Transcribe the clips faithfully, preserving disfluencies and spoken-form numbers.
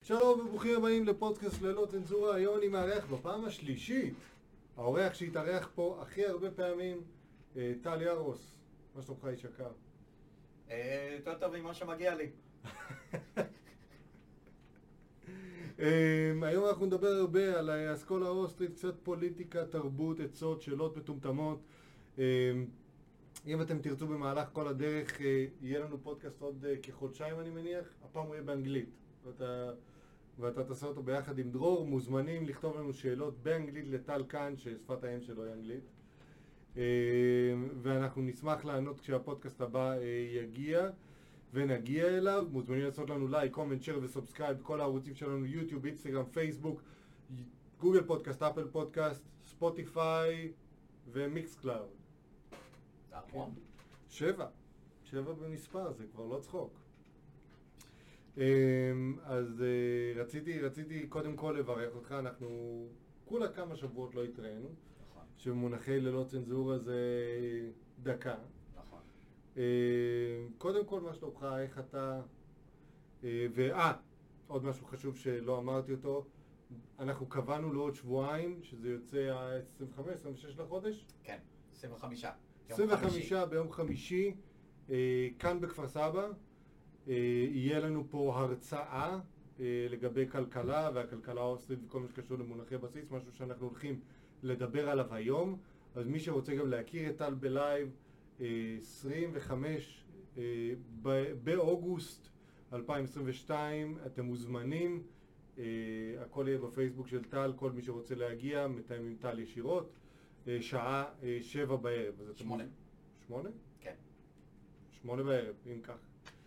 שלום וברוכים הבאים לפודקאסט ללא צנזורה. היום אני מארח בפעם השלישית, האורח שהתארח פה הכי הרבה פעמים, טל ירוס. מה שלומך איש יקר? יותר טוב ממה שמגיע לי. היום אנחנו נדבר הרבה על האסכולה האוסטרית, קצת פוליטיקה, תרבות, עצות, שאלות מטומטמות. אם אתם תרצו במהלך כל הדרך, יהיה לנו פודקאסט עוד כחודשיים אני מניח, הפעם הוא יהיה באנגלית. ואתה, ואתה תעשה אותו ביחד עם דרור. מוזמנים לכתוב לנו שאלות באנגלית לטל כאן, ששפת האם שלו היא אנגלית. ואנחנו נשמח לענות כשהפודקאסט הבא יגיע ונגיע אליו. מוזמנים לעשות לנו לייק, קומנט, שייר וסובסקרייב בכל הערוצים שלנו, יוטיוב, אינסטגרם, פייסבוק, גוגל פודקאסט, אפל פודקאסט, ספוטיפיי ומיקס קלאוד. נכון. שבע. שבע במספר, זה כבר לא צחוק. אז רציתי, רציתי קודם כל לברך אותך. אנחנו כולה כמה שבועות לא התראינו. נכון. שבמונחי ללא צנזורה זה דקה. נכון. קודם כל מה שלומך, איך אתה... ואה, עוד משהו חשוב שלא אמרתי אותו. אנחנו קבענו לעוד שבועיים, שזה יוצא ה-עשרים וחמש עשרים ושש לחודש? כן, עשרים וחמישה. עשרים וחמישה ביום חמישי, כאן בכפר סבא. יהיה לנו פה הרצאה לגבי כלכלה והכלכלה האוסטרית וכל מה שקשור למונחי בסיס, משהו שאנחנו הולכים לדבר עליו היום. אז מי שרוצה גם להכיר את טל בלייב, עשרים וחמישה באוגוסט אלפיים עשרים ושתיים, אתם מוזמנים. הכל יהיה בפייסבוק של טל, כל מי שרוצה להגיע, מתאם עם טל ישירות, שעה שבע בערב. שמונה. שמונה? כן. שמונה בערב, אם כך.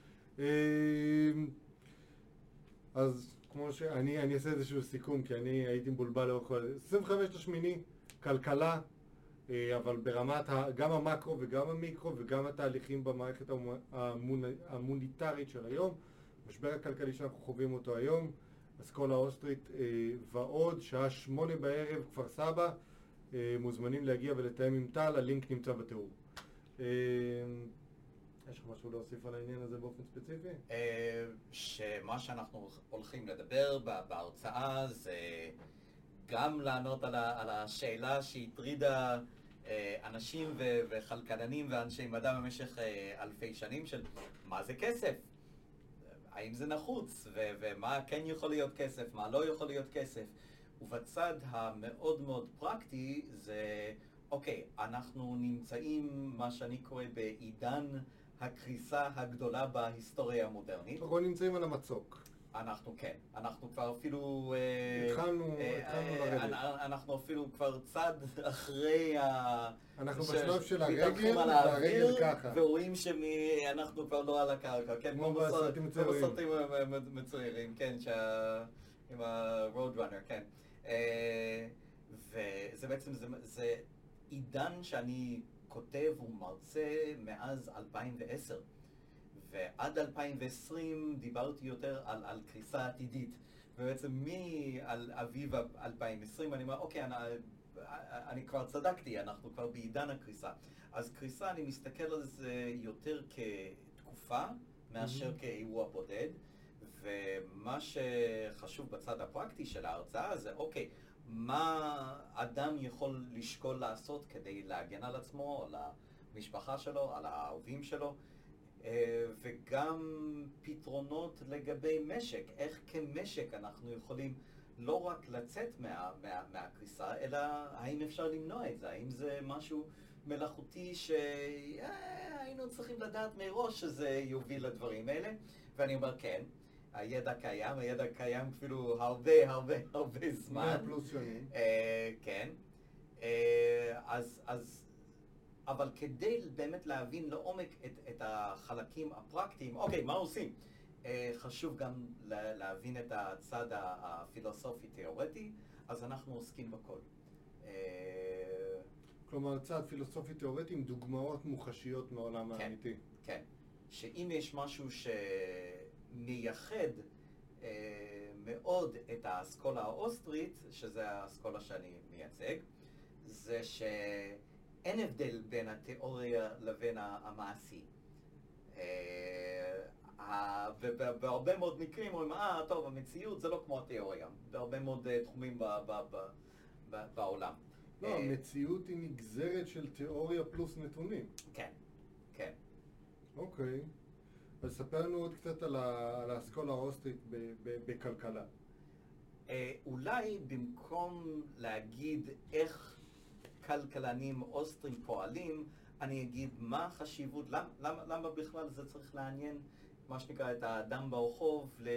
אז כמו שאני אני אעשה איזשהו סיכום, כי אני הייתי מבולבל לאורך כל עשרים וחמישה לשמיני, כלכלה, אבל ברמת גם המקרו וגם המיקרו וגם התהליכים במערכת המוניטרית של היום, המשבר הכלכלי שאנחנו חווים אותו היום, אסכולה האוסטרית ועוד, שעה שמונה בערב, כפר סבא. מוזמנים להגיע ולתאם עם טל, הלינק נמצא בתיאור. יש לך משהו להוסיף על העניין הזה באופן ספציפי? שמה שאנחנו הולכים לדבר בהרצאה זה גם לענות על השאלה שהטרידה אנשים וכלכלנים ואנשי מדע במשך אלפי שנים של מה זה כסף? האם זה נחוץ? ומה כן יכול להיות כסף? מה לא יכול להיות כסף? ובצד המאוד מאוד פרקטי זה, אוקיי, אנחנו נמצאים מה שאני קורא בעידן הקריסה הגדולה בהיסטוריה המודרנית. אנחנו נמצאים על המצוק. אנחנו כן, אנחנו כבר אפילו... התחלנו, התחלנו לרדת. אנחנו אפילו כבר צד אחרי ה... אנחנו בשלב של הרגל, והרגל ככה. ורואים שאנחנו כבר לא על הקרקע, כן? כמו בסרטים מצוירים. כמו בסרטים מצוירים, כן, עם ה-road runner, כן. וזה בעצם, זה עידן שאני כותב ומרצה מאז אלפיים ועשר. ועד אלפיים ועשרים דיברתי יותר על, על קריסה עתידית. ובעצם מעל אביב אלפיים ועשרים אני אומר, אוקיי, אני, אני כבר צדקתי, אנחנו כבר בעידן הקריסה. אז קריסה, אני מסתכל על זה יותר כתקופה מאשר mm-hmm. כאירוע בודד. ומה שחשוב בצד הפרקטי של ההרצאה זה, אוקיי, מה אדם יכול לשקול לעשות כדי להגן על עצמו, על המשפחה שלו, על האהובים שלו, וגם פתרונות לגבי משק, איך כמשק אנחנו יכולים לא רק לצאת מה, מה, מהקריסה, אלא האם אפשר למנוע את זה, האם זה משהו מלאכותי שהיינו צריכים לדעת מראש שזה יוביל לדברים האלה, ואני אומר כן. הידע קיים, הידע קיים אפילו הרבה הרבה הרבה זמן. מאה פלוס שנים. כן. אז, אז, אבל כדי באמת להבין לעומק את, את החלקים הפרקטיים, אוקיי, מה עושים? חשוב גם להבין את הצד הפילוסופי-תיאורטי, אז אנחנו עוסקים בכל. כלומר, צד פילוסופי-תיאורטי עם דוגמאות מוחשיות מעולם האמיתי. כן, שאם יש משהו ש... מייחד אה, מאוד את האסכולה האוסטרית, שזה האסכולה שאני מייצג, זה שאין הבדל בין התיאוריה לבין המעשי. אה, אה, ובהרבה מאוד מקרים אומרים, אה, טוב, המציאות זה לא כמו התיאוריה, בהרבה מאוד אה, תחומים ב- ב- ב- ב- בעולם. לא, אה, המציאות היא נגזרת של תיאוריה פלוס נתונים. כן, כן. אוקיי. אז ספר לנו עוד קצת על ה- על האסכולה האוסטרית ב- ב- בכלכלה. אה, אולי במקום להגיד איך כלכלנים אוסטרים פועלים, אני אגיד מה החשיבות, למה, למה, למה בכלל זה צריך לעניין, מה שנקרא, את האדם ברחוב, ל...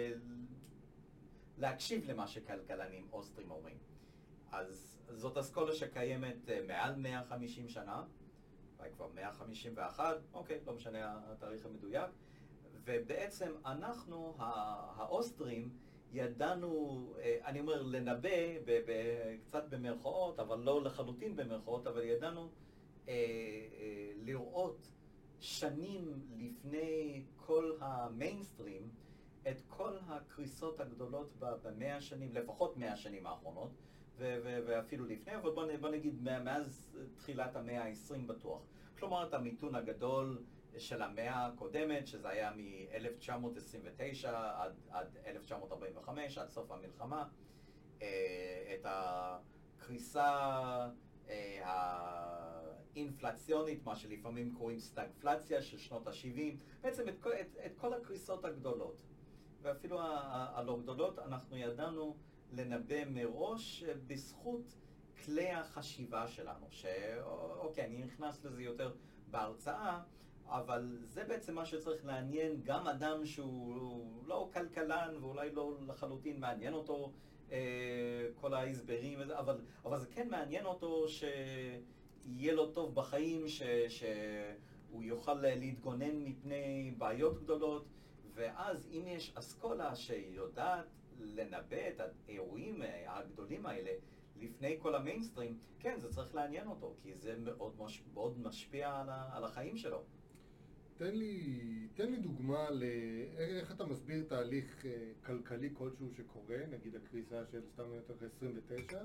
להקשיב למה שכלכלנים אוסטרים אומרים. אז זאת אסכולה שקיימת אה, מעל מאה וחמישים שנה, אולי כבר מאה חמישים ואחת, אוקיי, לא משנה התאריך המדויק, ובעצם אנחנו, ה- האוסטרים, ידענו, אה, אני אומר לנבא, ב- ב- קצת במרכאות, אבל לא לחלוטין במרכאות, אבל ידענו אה, אה, לראות שנים לפני כל המיינסטרים, את כל הקריסות הגדולות ב- במאה השנים, לפחות מאה השנים האחרונות, ו- ו- ואפילו לפני, אבל בוא, נ- בוא נגיד מאז תחילת המאה העשרים בטוח. כלומר, את המיתון הגדול של המאה הקודמת, שזה היה מ-אלף תשע מאות עשרים ותשע עד, עד אלף תשע מאות ארבעים וחמש, עד סוף המלחמה, אה, את הקריסה אה, האינפלציונית, מה שלפעמים קוראים סטגפלציה של שנות ה-שבעים, בעצם את, כל- את, את כל הקריסות הגדולות. ואפילו ה- ה- הלא גדולות, אנחנו ידענו לנבא מראש אה, בזכות כלי החשיבה שלנו, שאוקיי, אני נכנס לזה יותר בהרצאה, אבל זה בעצם מה שצריך לעניין גם אדם שהוא לא כלכלן ואולי לא לחלוטין מעניין אותו אה, כל ההסברים, וזה, אבל, אבל זה כן מעניין אותו שיהיה לו טוב בחיים, ש, שהוא יוכל להתגונן מפני בעיות גדולות, ואז אם יש אסכולה שיודעת לנבא את האירועים הגדולים האלה לפני כל המיינסטרים, כן, זה צריך לעניין אותו, כי זה מאוד, מש, מאוד משפיע על, ה, על החיים שלו. תן לי, תן לי דוגמה לאיך אתה מסביר תהליך אה, כלכלי כלשהו שקורה, נגיד הקריסה של סתם יותר עשרים ותשע.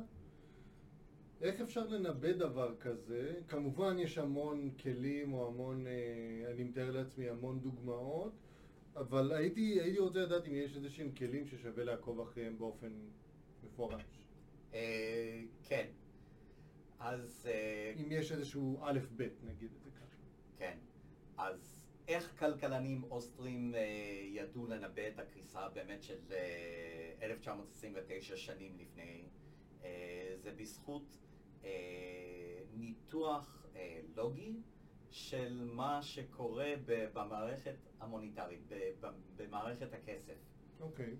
איך אפשר לנבא דבר כזה? כמובן יש המון כלים או המון, אה, אני מתאר לעצמי המון דוגמאות, אבל הייתי, הייתי רוצה לדעת אם יש איזשהם כלים ששווה לעקוב אחריהם באופן מפורש. אה, כן. אז... אה, אם יש איזשהו א' ב', נגיד את זה ככה. כן. אז איך כלכלנים אוסטרים אה, ידעו לנבא את הקריסה באמת של אה, אלף תשע מאות עשרים ותשע שנים לפני? אה, זה בזכות אה, ניתוח אה, לוגי של מה שקורה ב- במערכת המוניטרית, ב- ב- במערכת הכסף. אוקיי.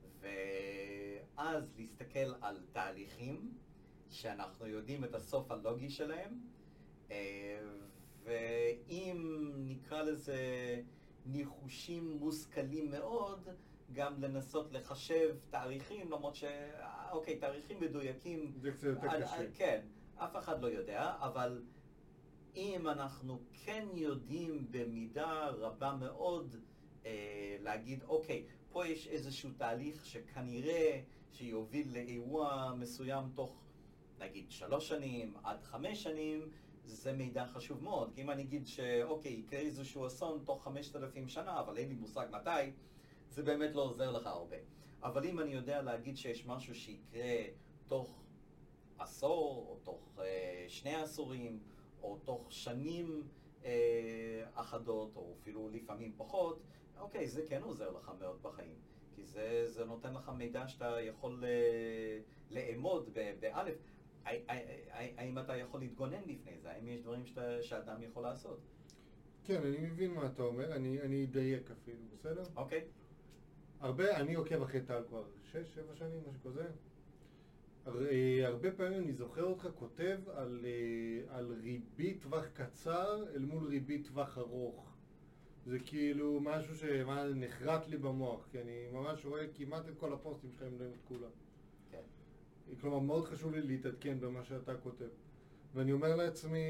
ואז להסתכל על תהליכים שאנחנו יודעים את הסוף הלוגי שלהם, אה, ואם נקרא לזה ניחושים מושכלים מאוד, גם לנסות לחשב תאריכים, למרות ש... אוקיי, תאריכים מדויקים... זה קצת יותר על- קשה. על- כן, אף אחד לא יודע, אבל אם אנחנו כן יודעים במידה רבה מאוד אה, להגיד, אוקיי, פה יש איזשהו תהליך שכנראה שיוביל לאירוע מסוים תוך, נגיד, שלוש שנים עד חמש שנים, זה מידע חשוב מאוד. כי אם אני אגיד שאוקיי, יקרה איזשהו אסון תוך חמשת אלפים שנה, אבל אין לי מושג מתי, זה באמת לא עוזר לך הרבה. אבל אם אני יודע להגיד שיש משהו שיקרה תוך עשור, או תוך אה, שני עשורים, או תוך שנים אה, אחדות, או אפילו לפעמים פחות, אוקיי, זה כן עוזר לך מאוד בחיים. כי זה, זה נותן לך מידע שאתה יכול אה, לאמוד ב- באלף. הי- הי- הי- האם אתה יכול להתגונן לפני זה? האם יש דברים שאתה, שאדם יכול לעשות? כן, אני מבין מה אתה אומר, אני, אני אדייק אפילו, בסדר? אוקיי. הרבה, אני עוקב אחרי טל כבר שש, שבע שנים, משהו כזה. הר- הרבה פעמים אני זוכר אותך כותב על, אה, על ריבית טווח קצר אל מול ריבית טווח ארוך. זה כאילו משהו שנחרט לי במוח, כי אני ממש רואה כמעט את כל הפוסטים שלך, אם לא את כולם. כן. כלומר, מאוד חשוב לי להתעדכן במה שאתה כותב. ואני אומר לעצמי,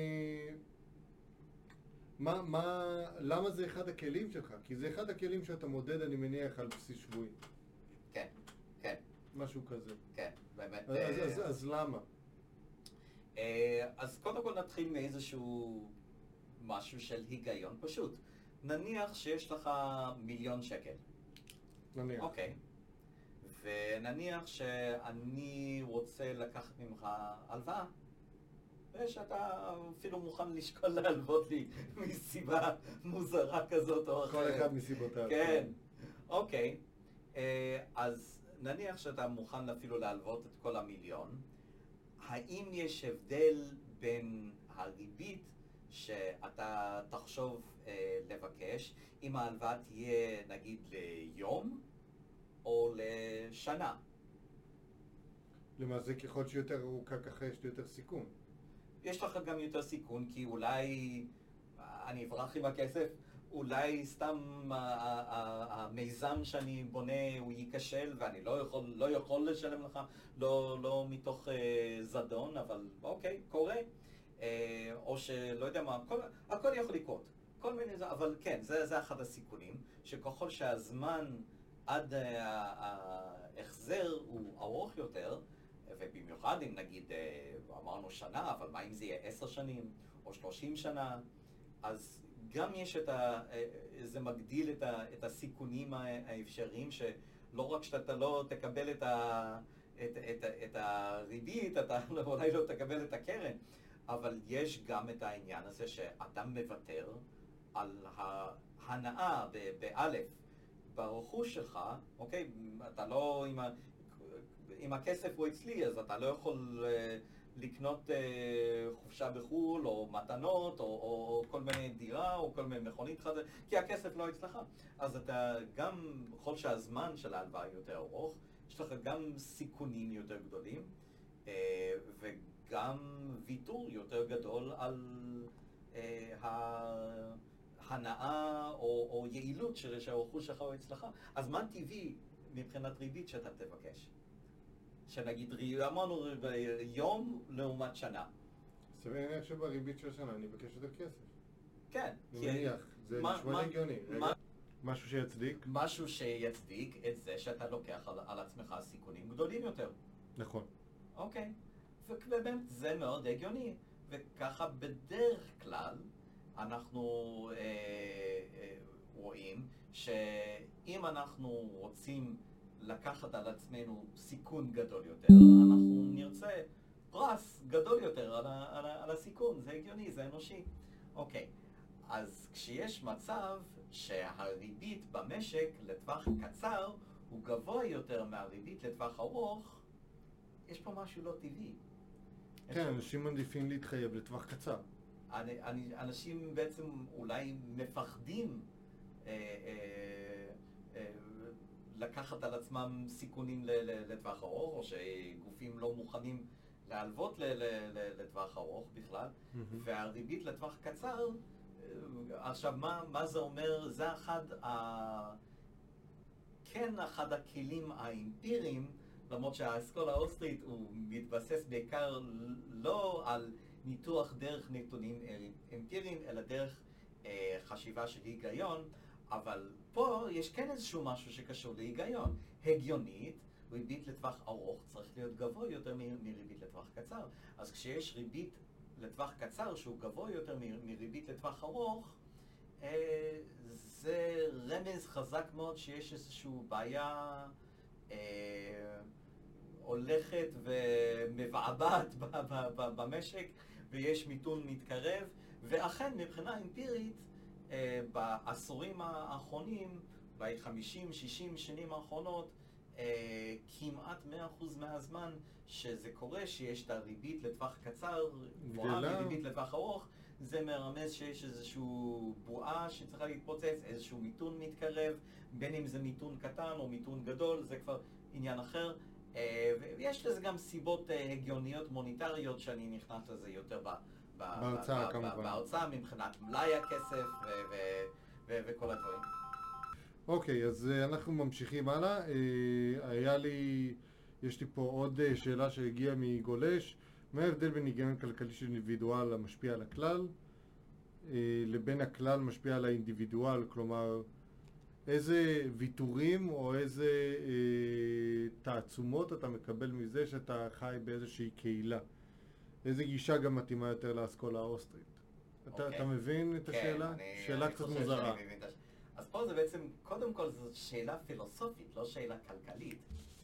מה, מה, למה זה אחד הכלים שלך? כי זה אחד הכלים שאתה מודד, אני מניח, על בסיס שבועי. כן, כן, משהו כזה. כן, באמת. אז, אז, אה, אז, אז למה? אה, אז קודם כל נתחיל מאיזשהו משהו של היגיון פשוט. נניח שיש לך מיליון שקל. נניח. אוקיי. ונניח שאני רוצה לקחת ממך הלוואה, ושאתה אפילו מוכן לשקול להלוות לי מסיבה מוזרה כזאת או אחרת. כל אחד מסיבותיו. כן. אוקיי. אז נניח שאתה מוכן אפילו להלוות את כל המיליון. האם יש הבדל בין הריבית שאתה תחשוב אה, לבקש, אם ההלוואה תהיה נגיד ליום או לשנה? למעשה ככל שיותר ארוכה ככה יש לי יותר סיכון. יש לך גם יותר סיכון, כי אולי אני אברח עם הכסף, אולי סתם המיזם שאני בונה הוא ייכשל ואני לא יכול, לא יכול לשלם לך, לא, לא מתוך זדון, אבל אוקיי, קורה. או שלא יודע מה, הכל, הכל יכול לקרות. כל מיני, אבל כן, זה, זה אחד הסיכונים, שככל שהזמן עד ההחזר הוא ארוך יותר, ובמיוחד אם נגיד, אמרנו שנה, אבל מה אם זה יהיה עשר שנים או שלושים שנה, אז גם יש את ה... זה מגדיל את, ה, את הסיכונים האפשריים, שלא רק שאתה לא תקבל את, ה, את, את, את הריבית, אתה אולי לא תקבל את הקרן, אבל יש גם את העניין הזה שאתה מוותר על ההנאה באלף, ברכוש שלך, אוקיי? אתה לא... עם ה, אם הכסף הוא אצלי, אז אתה לא יכול uh, לקנות uh, חופשה בחול, או מתנות, או, או כל מיני דירה, או כל מיני מכונית חדשה, כי הכסף לא אצלך. אז אתה גם, בכל שהזמן של ההלוואה יותר ארוך, יש לך גם סיכונים יותר גדולים, uh, וגם ויתור יותר גדול על uh, ההנאה או, או יעילות של שהרכוש שלך הוא אצלך. אז מה טבעי מבחינת ריבית שאתה תבקש? שנגיד, אמרנו יום לעומת שנה. סביר להניח שבריבית של שנה אני אבקש יותר כסף. כן. אני מניח, זה נשמע הגיוני. משהו שיצדיק? משהו שיצדיק את זה שאתה לוקח על, על עצמך סיכונים גדולים יותר. נכון. אוקיי. ובאמת זה מאוד הגיוני. וככה בדרך כלל אנחנו אה, אה, רואים שאם אנחנו רוצים לקחת על עצמנו סיכון גדול יותר, אנחנו נרצה פרס גדול יותר על, ה, על, ה, על הסיכון. זה הגיוני, זה אנושי. אוקיי, אז כשיש מצב שהריבית במשק לטווח קצר הוא גבוה יותר מהריבית לטווח ארוך, יש פה משהו לא טבעי. כן, אנשים מעדיפים להתחייב לטווח קצר. אני, אני, אנשים בעצם אולי מפחדים אה, אה, אה, לקחת על עצמם סיכונים לטווח ארוך, או שגופים לא מוכנים להלוות לטווח ארוך בכלל, והריבית לטווח קצר, עכשיו מה, מה זה אומר? זה אחד, ה... כן אחד הכלים האמפיריים, למרות שהאסכולה האוסטרית הוא מתבסס בעיקר לא על ניתוח דרך נתונים אמפיריים, אלא דרך אה, חשיבה של היגיון, אבל פה יש כן איזשהו משהו שקשור להיגיון. הגיונית, ריבית לטווח ארוך צריך להיות גבוה יותר מריבית לטווח קצר. אז כשיש ריבית לטווח קצר שהוא גבוה יותר מריבית לטווח ארוך, אה, זה רמז חזק מאוד שיש איזשהו בעיה אה, הולכת ומבעבעת במשק, ויש מיתון מתקרב, ואכן מבחינה אמפירית, Uh, בעשורים האחרונים, ב-חמישים שישים שנים האחרונות, uh, כמעט מאה אחוז מהזמן שזה קורה, שיש את הריבית לטווח קצר, גבוהה מריבית לטווח ארוך, זה מרמז שיש איזושהי בועה שצריכה להתפוצץ, איזשהו מיתון מתקרב, בין אם זה מיתון קטן או מיתון גדול, זה כבר עניין אחר. Uh, ויש לזה גם סיבות uh, הגיוניות מוניטריות שאני נכנס לזה יותר ב... בהרצאה כמובן. בהרצאה מבחינת מלאי הכסף וכל הדברים. אוקיי, אז אנחנו ממשיכים הלאה. היה לי, יש לי פה עוד שאלה שהגיעה מגולש. מה ההבדל בין היגיון כלכלי של אינדיבידואל המשפיע על הכלל לבין הכלל משפיע על האינדיבידואל? כלומר, איזה ויתורים או איזה אה, תעצומות אתה מקבל מזה שאתה חי באיזושהי קהילה? איזה גישה גם מתאימה יותר לאסכולה האוסטרית? אתה, אוקיי. אתה מבין את השאלה? כן, אני, שאלה אני קצת חושב מוזרה. שאני מבין את הש... אז פה זה בעצם, קודם כל זו שאלה פילוסופית, לא שאלה כלכלית.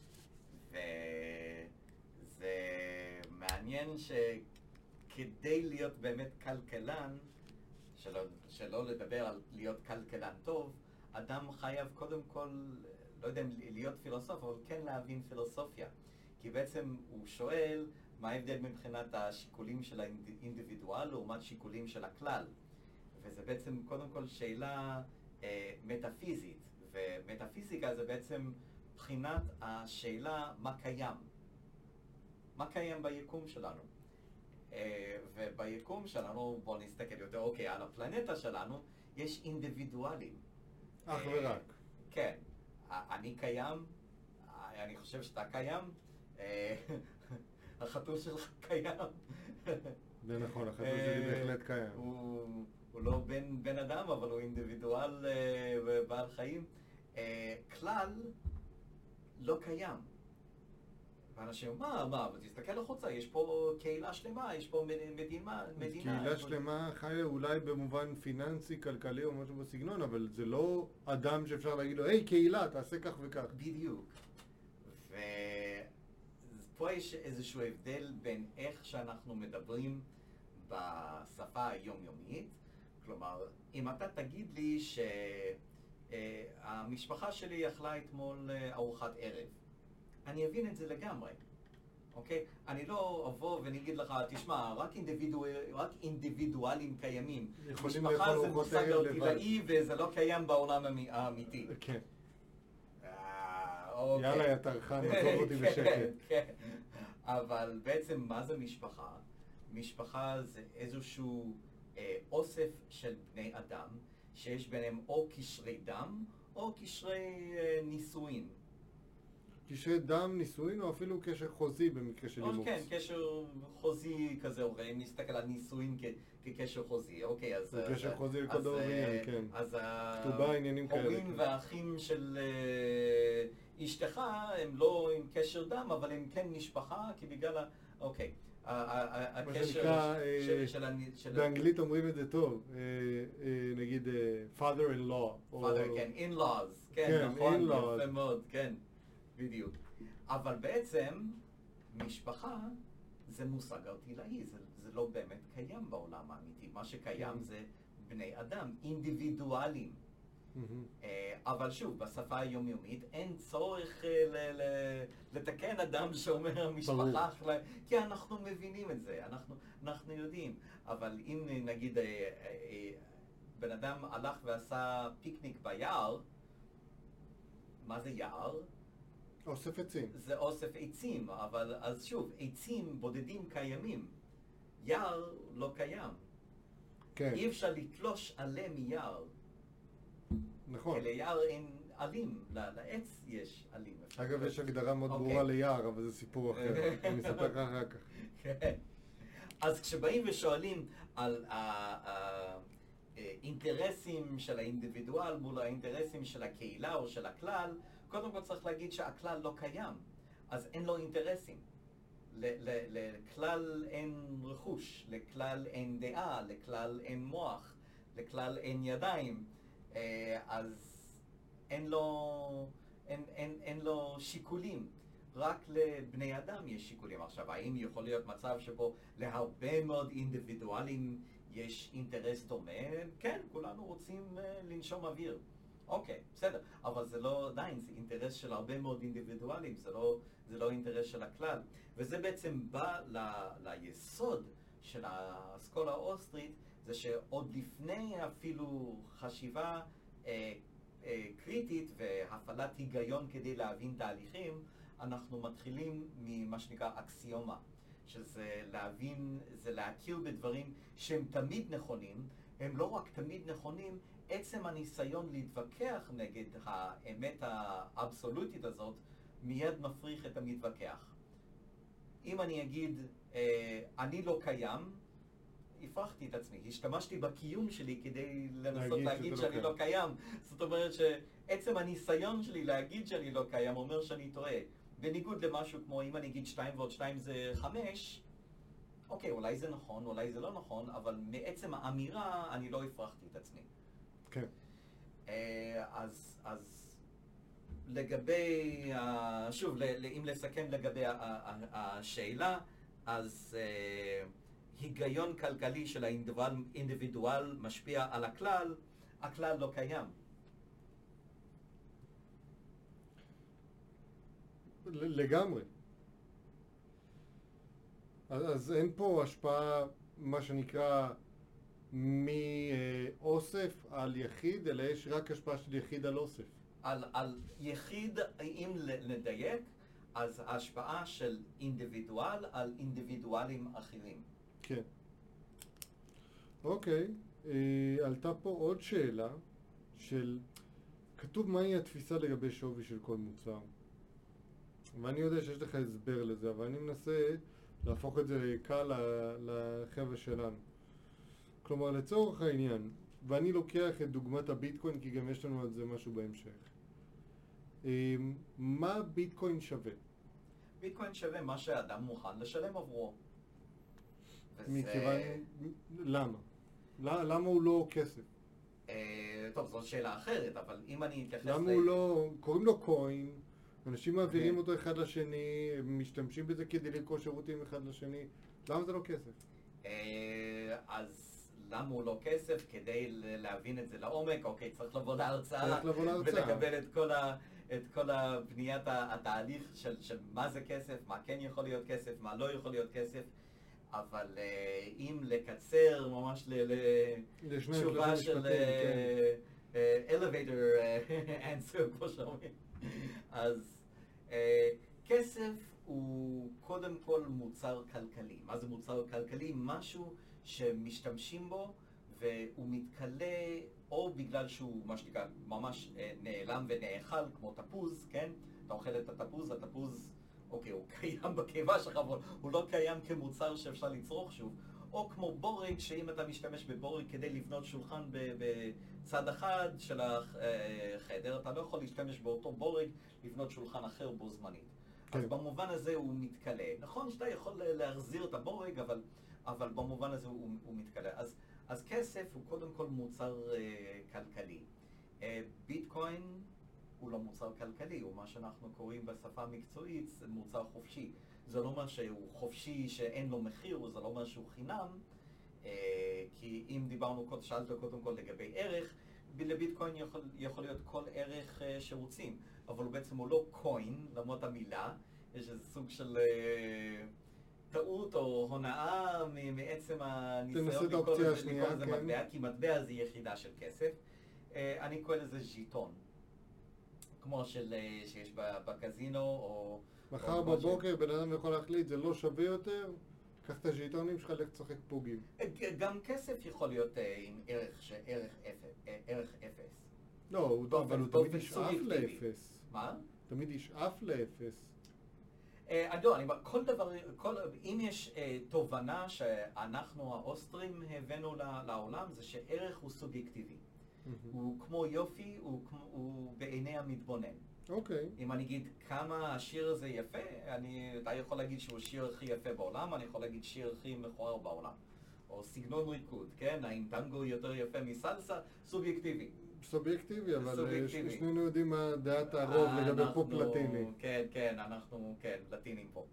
וזה מעניין שכדי להיות באמת כלכלן, שלא, שלא לדבר על להיות כלכלן טוב, אדם חייב קודם כל, לא יודע אם להיות פילוסוף, אבל כן להבין פילוסופיה. כי בעצם הוא שואל מה ההבדל מבחינת השיקולים של האינדיבידואל לעומת שיקולים של הכלל. וזה בעצם קודם כל שאלה אה, מטאפיזית, ומטאפיזיקה זה בעצם בחינת השאלה מה קיים. מה קיים ביקום שלנו. אה, וביקום שלנו, בואו נסתכל יותר, אוקיי, על הפלנטה שלנו יש אינדיבידואלים. אך אה, ורק. כן. אני קיים, אני חושב שאתה קיים, אה, החתול שלך קיים. זה נכון, החתול שלי בהחלט קיים. הוא, הוא לא בן, בן אדם, אבל הוא אינדיבידואל אה, בעל חיים. אה, כלל לא קיים. ואנשים, מה, מה, אבל תסתכל החוצה, יש פה קהילה שלמה, יש פה מדינה, מדינה. קהילה שלמה חיה אולי במובן פיננסי, כלכלי או משהו בסגנון, אבל זה לא אדם שאפשר להגיד לו, היי, קהילה, תעשה כך וכך. בדיוק. ופה יש איזשהו הבדל בין איך שאנחנו מדברים בשפה היומיומית. כלומר, אם אתה תגיד לי שהמשפחה שלי יכלה אתמול ארוחת ערב, אני אבין את זה לגמרי, אוקיי? אני לא אבוא ואני אגיד לך, תשמע, רק, אינדיבידוא... רק אינדיבידואלים קיימים. משפחה זה מושג ארטילאי וזה לא קיים בעולם האמיתי. כן. אה, אוקיי. יאללה, יא טרחן, עזוב אותי בשקט. כן. אבל בעצם מה זה משפחה? משפחה זה איזשהו אה, אוסף של בני אדם שיש ביניהם או קשרי דם או קשרי אה, נישואין. קשרי דם, נישואין, או אפילו קשר חוזי במקרה של אימוץ. כן, קשר חוזי כזה, או אם נסתכל על נישואין כקשר חוזי, אוקיי, אז... קשר חוזי לכל דבר עניין, כן. אז כתובה עניינים כאלה. ההורים והאחים של אשתך הם לא עם קשר דם, אבל הם כן משפחה, כי בגלל ה... אוקיי. הקשר של... באנגלית אומרים את זה טוב, נגיד father-in-law. father, כן, in-laws, כן, נכון, יפה מאוד, כן. בדיוק. אבל בעצם, משפחה זה מושג ארטילאי, זה, זה לא באמת קיים בעולם האמיתי. מה שקיים זה בני אדם, אינדיבידואלים. Mm-hmm. אבל שוב, בשפה היומיומית אין צורך ל- ל- לתקן אדם שאומר משפחה, כי אנחנו מבינים את זה, אנחנו, אנחנו יודעים. אבל אם נגיד בן אדם הלך ועשה פיקניק ביער, מה זה יער? אוסף עצים. זה אוסף עצים, אבל אז שוב, עצים בודדים קיימים. יער לא קיים. כן. אי אפשר לתלוש עלה מיער. נכון. כי ליער אין עלים, לעץ יש עלים. אגב, יש הגדרה מאוד ברורה ליער, אבל זה סיפור אחר. אני אספר לך אחר כך. כן. אז כשבאים ושואלים על האינטרסים של האינדיבידואל מול האינטרסים של הקהילה או של הכלל, קודם כל צריך להגיד שהכלל לא קיים, אז אין לו אינטרסים. לכלל אין רכוש, לכלל אין דעה, לכלל אין מוח, לכלל אין ידיים, אז אין לו, אין, אין, אין לו שיקולים. רק לבני אדם יש שיקולים. עכשיו, האם יכול להיות מצב שבו להרבה מאוד אינדיבידואלים יש אינטרס דומה? כן, כולנו רוצים לנשום אוויר. אוקיי, בסדר, אבל זה לא, עדיין, זה אינטרס של הרבה מאוד אינדיבידואלים, זה לא, זה לא אינטרס של הכלל. וזה בעצם בא ל, ליסוד של האסכולה האוסטרית, זה שעוד לפני אפילו חשיבה אה, אה, קריטית והפעלת היגיון כדי להבין תהליכים, אנחנו מתחילים ממה שנקרא אקסיומה, שזה להבין, זה להכיר בדברים שהם תמיד נכונים, הם לא רק תמיד נכונים, עצם הניסיון להתווכח נגד האמת האבסולוטית הזאת מיד מפריך את המתווכח. אם אני אגיד, אה, אני לא קיים, הפרחתי את עצמי, השתמשתי בקיום שלי כדי לנסות להגיד שאני לא קיים. זאת אומרת שעצם הניסיון שלי להגיד שאני לא קיים אומר שאני טועה. בניגוד למשהו כמו אם אני אגיד שתיים ועוד שתיים זה חמש, אוקיי, אולי זה נכון, אולי זה לא נכון, אבל מעצם האמירה אני לא הפרחתי את עצמי. כן. אז, אז לגבי, שוב, אם לסכם לגבי השאלה, אז היגיון כלכלי של האינדיבידואל משפיע על הכלל, הכלל לא קיים. לגמרי. אז, אז אין פה השפעה, מה שנקרא, מאוסף על יחיד, אלא יש רק השפעה של יחיד על אוסף. על, על יחיד, אם נדייק, אז ההשפעה של אינדיבידואל על אינדיבידואלים אחרים. כן. אוקיי, אה, עלתה פה עוד שאלה של, כתוב מהי התפיסה לגבי שווי של כל מוצר. ואני יודע שיש לך הסבר לזה, אבל אני מנסה להפוך את זה קל לחבר'ה שלנו. כלומר, לצורך העניין, ואני לוקח את דוגמת הביטקוין, כי גם יש לנו על זה משהו בהמשך. מה ביטקוין שווה? ביטקוין שווה מה שאדם מוכן לשלם עבורו. מכיוון, למה? למה הוא לא כסף? טוב, זאת שאלה אחרת, אבל אם אני אתייחס... למה הוא לא, קוראים לו קוין, אנשים מעבירים אותו אחד לשני, משתמשים בזה כדי לרכוש שירותים אחד לשני, למה זה לא כסף? אז למה הוא לא כסף? כדי להבין את זה לעומק, אוקיי, צריך לבוא להרצאה, צריך לבוא להרצאה. ולקבל את כל ה... את כל הבניית התהליך של, של מה זה כסף, מה כן יכול להיות כסף, מה לא יכול להיות כסף, אבל uh, אם לקצר ממש לתשובה של uh, uh, elevator uh, answer, כמו שאומרים, אז uh, כסף הוא קודם כל מוצר כלכלי. מה זה מוצר כלכלי? משהו שמשתמשים בו והוא מתקלה או בגלל שהוא, מה שנקרא, ממש נעלם ונאכל, כמו תפוז, כן? אתה אוכל את התפוז, התפוז, אוקיי, הוא קיים בקיבה שלך, אבל הוא לא קיים כמוצר שאפשר לצרוך שוב. או כמו בורג, שאם אתה משתמש בבורג כדי לבנות שולחן בצד אחד של החדר, אתה לא יכול להשתמש באותו בורג לבנות שולחן אחר בו זמנית. אז במובן הזה הוא מתקלה. נכון שאתה יכול להחזיר את הבורג, אבל, אבל במובן הזה הוא, הוא מתקלה. אז אז כסף הוא קודם כל מוצר uh, כלכלי. Uh, ביטקוין הוא לא מוצר כלכלי, הוא מה שאנחנו קוראים בשפה המקצועית מוצר חופשי. זה לא אומר שהוא חופשי שאין לו מחיר, זה לא אומר שהוא חינם, uh, כי אם דיברנו, שאלת קודם כל לגבי ערך, לביטקוין יכול, יכול להיות כל ערך uh, שרוצים, אבל הוא בעצם הוא לא קוין, למרות המילה, יש איזה סוג של... Uh, טעות או הונאה מעצם הניסיון לקרוא לזה מטבע, כי מטבע זה יחידה של כסף. אני קורא לזה ז'יטון, כמו שיש בקזינו או... מחר בבוקר בן אדם יכול להחליט, זה לא שווה יותר, קח את הז'יטונים שלך לך תשחק פוגים. גם כסף יכול להיות עם ערך אפס. לא, אבל הוא תמיד ישאף לאפס. מה? תמיד ישאף לאפס. אני לא, כל דבר, אם יש תובנה שאנחנו האוסטרים הבאנו לעולם, זה שערך הוא סובייקטיבי. הוא כמו יופי, הוא בעיני המתבונן. אוקיי. אם אני אגיד כמה השיר הזה יפה, אתה יכול להגיד שהוא השיר הכי יפה בעולם, אני יכול להגיד שיר הכי מכוער בעולם. או סגנון ריקוד, כן? האם טנגו יותר יפה מסלסה? סובייקטיבי. סובייקטיבי, אבל שנינו יודעים מה דעת הרוב לגבי פופ לטיני. כן, כן, אנחנו, כן, לטינים פה.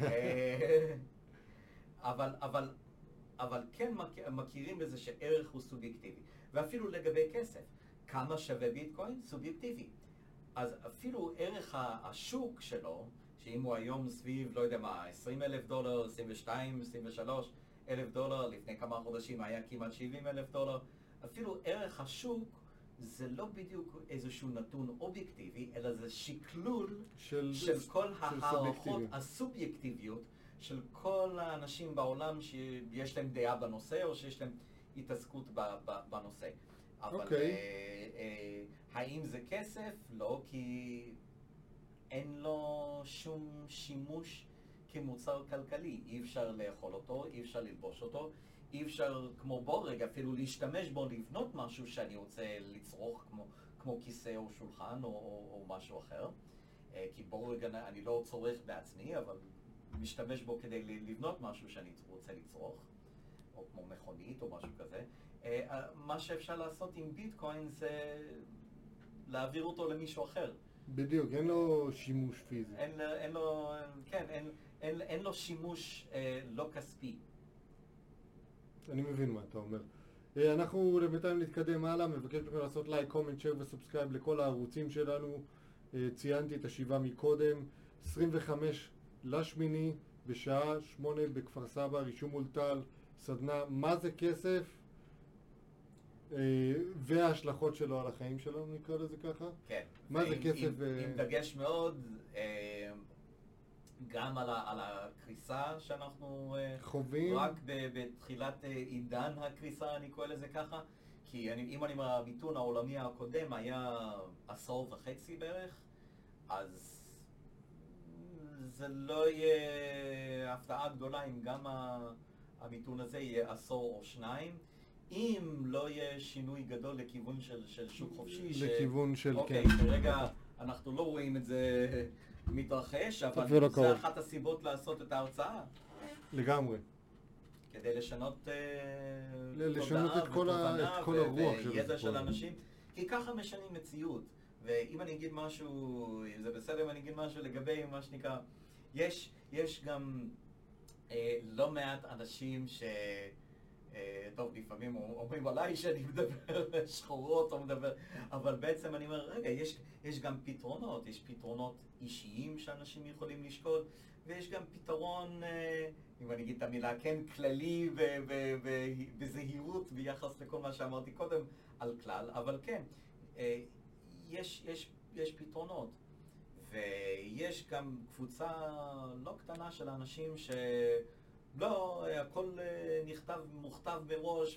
אבל, אבל, אבל כן מכירים בזה שערך הוא סובייקטיבי. ואפילו לגבי כסף, כמה שווה ביטקוין? סובייקטיבי. אז אפילו ערך השוק שלו, שאם הוא היום סביב, לא יודע מה, עשרים אלף דולר, עשרים ושתיים, עשרים ושלוש אלף דולר, לפני כמה חודשים היה כמעט שבעים אלף דולר, אפילו ערך השוק זה לא בדיוק איזשהו נתון אובייקטיבי, אלא זה שקלול של, של כל הערכות הסובייקטיביות של כל האנשים בעולם שיש להם דעה בנושא או שיש להם התעסקות בנושא. אבל okay. אה, אה, האם זה כסף? לא, כי אין לו שום שימוש כמוצר כלכלי. אי אפשר לאכול אותו, אי אפשר ללבוש אותו, אי אפשר כמו בורג אפילו להשתמש בו, לבנות משהו שאני רוצה לצרוך, כמו, כמו כיסא או שולחן או, או, או משהו אחר. כי בורג אני, אני לא צורך בעצמי, אבל משתמש בו כדי לבנות משהו שאני רוצה לצרוך, או כמו מכונית או משהו כזה. מה שאפשר לעשות עם ביטקוין זה להעביר אותו למישהו אחר. בדיוק, אין לו שימוש פיזי. אין, אין לו, כן, אין, אין, אין לו שימוש אה, לא כספי. אני מבין מה אתה אומר. אנחנו לבינתיים נתקדם הלאה, מבקש מכם לעשות לייק, קומנט, שייר וסובסקרייב לכל הערוצים שלנו. ציינתי את השבעה מקודם, עשרים וחמישה לשמיני בשעה שמונה בכפר סבא, רישום מולטל, סדנה מה זה כסף וההשלכות שלו על החיים שלנו, נקרא לזה ככה. כן. מה זה כסף? עם, ו... עם דגש מאוד גם על, ה, על הקריסה שאנחנו חווים. רק ב, בתחילת עידן הקריסה, אני קורא לזה ככה. כי אני, אם אני אומר, המיתון העולמי הקודם היה עשור וחצי בערך, אז זה לא יהיה הפתעה גדולה אם גם המיתון הזה יהיה עשור או שניים. אם לא יהיה שינוי גדול לכיוון של, של שוק חופשי, לכיוון ש... של, אוקיי, כן. כרגע אנחנו לא רואים את זה מתרחש, אבל זה אחת הסיבות לעשות את ההרצאה. לגמרי. כדי לשנות לשנות את כל הרוח וידע של אנשים, כי ככה משנים מציאות. ואם אני אגיד משהו, אם זה בסדר אם אני אגיד משהו לגבי מה שנקרא, יש, יש גם אה, לא מעט אנשים ש... אה, טוב, לפעמים אומרים עליי שאני מדבר שחורות או מדבר, אבל בעצם אני אומר, רגע, יש, יש גם פתרונות, יש פתרונות אישיים שאנשים יכולים לשקול, ויש גם פתרון, אה, אם אני אגיד את המילה, כן, כללי בזהירות ביחס לכל מה שאמרתי קודם על כלל, אבל כן, אה, יש, יש, יש פתרונות. ויש גם קבוצה לא קטנה של אנשים שלא, הכל נכתב, מוכתב מראש,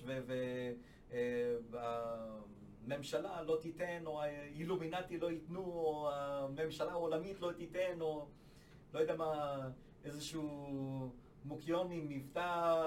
והממשלה לא תיתן, או האילומינטי לא ייתנו, או הממשלה העולמית לא תיתן, או לא יודע מה, איזשהו מוקיון עם מבטא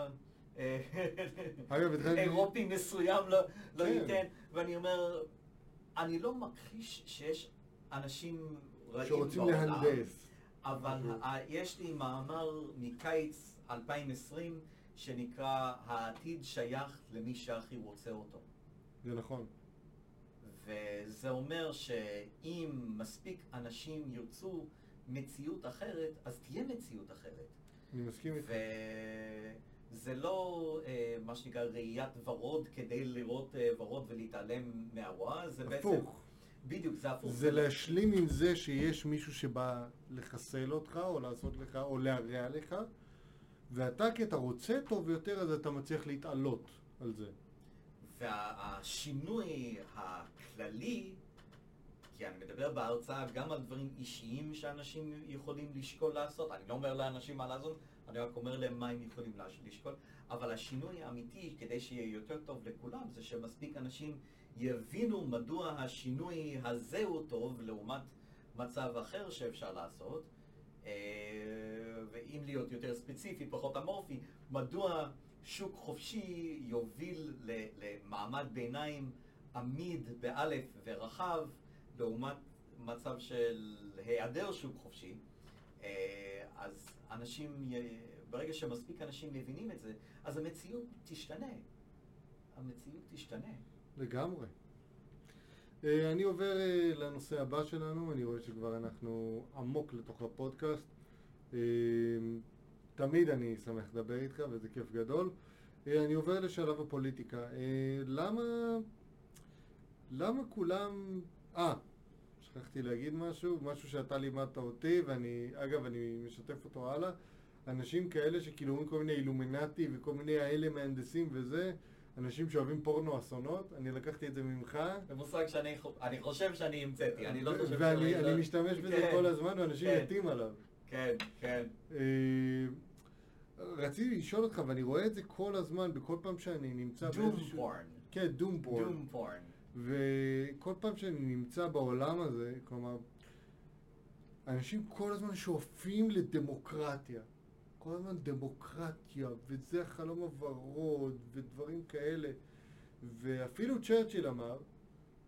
אירופי מסוים לא ייתן. ואני אומר, אני לא מכחיש שיש אנשים רעים בעולם, אבל יש לי מאמר מקיץ אלפיים עשרים שנקרא העתיד שייך למי שהכי רוצה אותו. זה נכון. וזה אומר שאם מספיק אנשים ירצו מציאות אחרת, אז תהיה מציאות אחרת. אני מסכים איתך. וזה לא מה שנקרא ראיית ורוד כדי לראות ורוד ולהתעלם מהרוע, זה בעצם... הפוך. בדיוק, זה הפוך. זה להשלים עם זה שיש מישהו שבא לחסל אותך, או לעשות לך, או להרע לך, ואתה, כי אתה רוצה טוב יותר, אז אתה מצליח להתעלות על זה. והשינוי הכללי, כי אני מדבר בהרצאה גם על דברים אישיים שאנשים יכולים לשקול לעשות, אני לא אומר לאנשים מה לעשות, אני רק אומר להם מה הם יכולים לשקול, אבל השינוי האמיתי, כדי שיהיה יותר טוב לכולם, זה שמספיק אנשים יבינו מדוע השינוי הזה הוא טוב לעומת מצב אחר שאפשר לעשות, ואם להיות יותר ספציפי, פחות אמורפי, מדוע שוק חופשי יוביל למעמד ביניים עמיד באלף ורחב, לעומת מצב של היעדר שוק חופשי. אז אנשים, ברגע שמספיק אנשים מבינים את זה, אז המציאות תשתנה. המציאות תשתנה. לגמרי. אני עובר לנושא הבא שלנו, אני רואה שכבר אנחנו עמוק לתוך הפודקאסט. תמיד אני שמח לדבר איתך וזה כיף גדול. אני עובר לשלב הפוליטיקה. למה, למה כולם... אה, שכחתי להגיד משהו, משהו שאתה לימדת אותי, ואני, אגב, אני משתף אותו הלאה. אנשים כאלה שכאילו אומרים כל מיני אילומינטי וכל מיני האלה מהנדסים וזה, אנשים שאוהבים פורנו אסונות, אני לקחתי את זה ממך. זה מושג שאני אני חושב שאני המצאתי, אני לא חושב ואני שאני... ואני משתמש בזה כן, כל הזמן, ואנשים כן, מתים עליו. כן, כן. רציתי לשאול אותך, ואני רואה את זה כל הזמן, בכל פעם שאני נמצא באיזשהו... דום פורן. כן, דום פורן. דום פורן. וכל פעם שאני נמצא בעולם הזה, כלומר, אנשים כל הזמן שואפים לדמוקרטיה. כל הזמן דמוקרטיה, וזה החלום הוורוד, ודברים כאלה. ואפילו צ'רצ'יל אמר,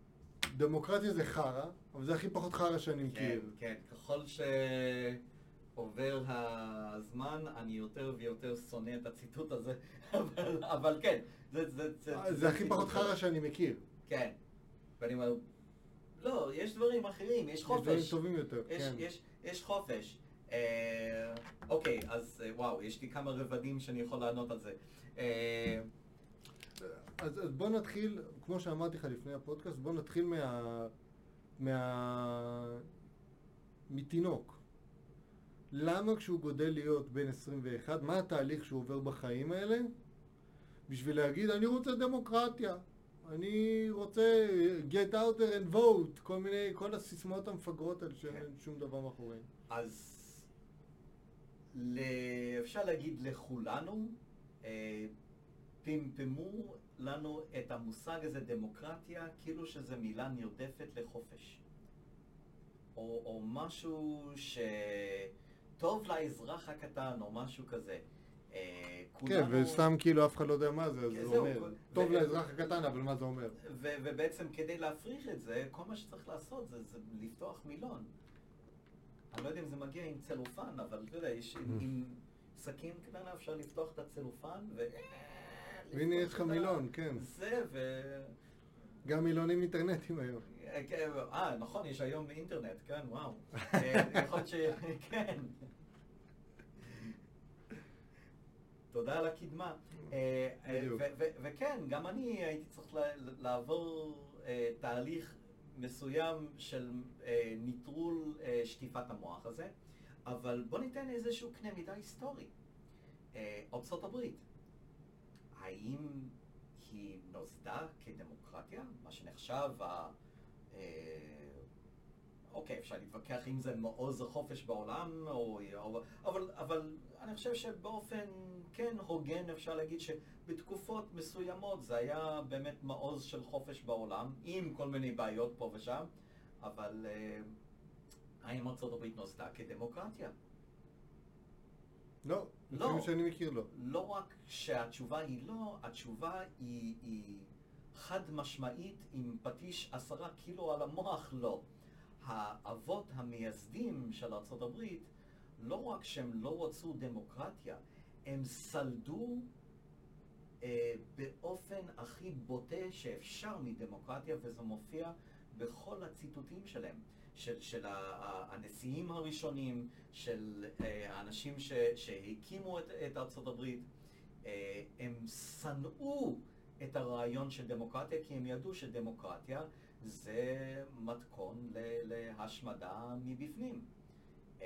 דמוקרטיה זה חרא, אבל זה הכי פחות חרא שאני מכיר. כן, כן. ככל ש... עובר הזמן, אני יותר ויותר שונא את הציטוט הזה, אבל, אבל כן, זה, זה, זה, זה, זה הכי פחות חרא שאני מכיר. כן, ואני אומר, לא, יש דברים אחרים, יש חופש. יש דברים טובים יותר, יש, כן. יש, יש חופש. אה, אוקיי, אז וואו, יש לי כמה רבדים שאני יכול לענות על זה. אה, אז, אז בוא נתחיל, כמו שאמרתי לך לפני הפודקאסט, בוא נתחיל מה... מה... מתינוק. למה כשהוא גודל להיות בן עשרים ואחת, מה התהליך שהוא עובר בחיים האלה? בשביל להגיד, אני רוצה דמוקרטיה. אני רוצה get out there and vote. כל מיני, כל הסיסמאות המפגרות על שאין שום דבר מאחוריהן. אז אפשר להגיד לכולנו, אה, פמפמו לנו את המושג הזה דמוקרטיה, כאילו שזה מילה נרדפת לחופש. או, או משהו שטוב לאזרח הקטן, או משהו כזה. אה, כן, כולנו... וסתם כאילו אף אחד לא יודע מה זה, אז כן, זה זהו, אומר. כל... טוב ו... לאזרח הקטן, אבל מה זה אומר? ו- ובעצם כדי להפריך את זה, כל מה שצריך לעשות זה, זה לפתוח מילון. אני לא יודע אם זה מגיע עם צלופן, אבל אתה יודע, יש, עם, עם סכין קטנה אפשר לפתוח את הצלופן ו... והנה יש לך מילון, כן. זה ו... גם מילונים אינטרנטיים היום. אה, נכון, יש היום אינטרנט, כן, וואו. יכול להיות ש... כן. תודה על הקדמה. בדיוק. וכן, גם אני הייתי צריך לעבור תהליך מסוים של ניטרול שטיפת המוח הזה, אבל בוא ניתן איזשהו קנה מידה היסטורי. ארצות הברית, האם היא נוסדה כדמוקרטיה? מה שנחשב, אוקיי, אפשר להתווכח אם זה מעוז החופש בעולם, או, אבל, אבל אני חושב שבאופן כן הוגן אפשר להגיד שבתקופות מסוימות זה היה באמת מעוז של חופש בעולם, עם כל מיני בעיות פה ושם, אבל האם ארצות הברית נוסדה כדמוקרטיה? לא, לא. לפעמים שאני מכיר לא. לא רק שהתשובה היא לא, התשובה היא, היא חד משמעית עם פטיש עשרה קילו על המוח לא. האבות המייסדים של ארצות הברית, לא רק שהם לא רצו דמוקרטיה, הם סלדו אה, באופן הכי בוטה שאפשר מדמוקרטיה, וזה מופיע בכל הציטוטים שלהם, של, של הנשיאים הראשונים, של אה, האנשים ש, שהקימו את, את ארצות הברית. אה, הם שנאו את הרעיון של דמוקרטיה, כי הם ידעו שדמוקרטיה זה מתכון להשמדה מבפנים. Uh,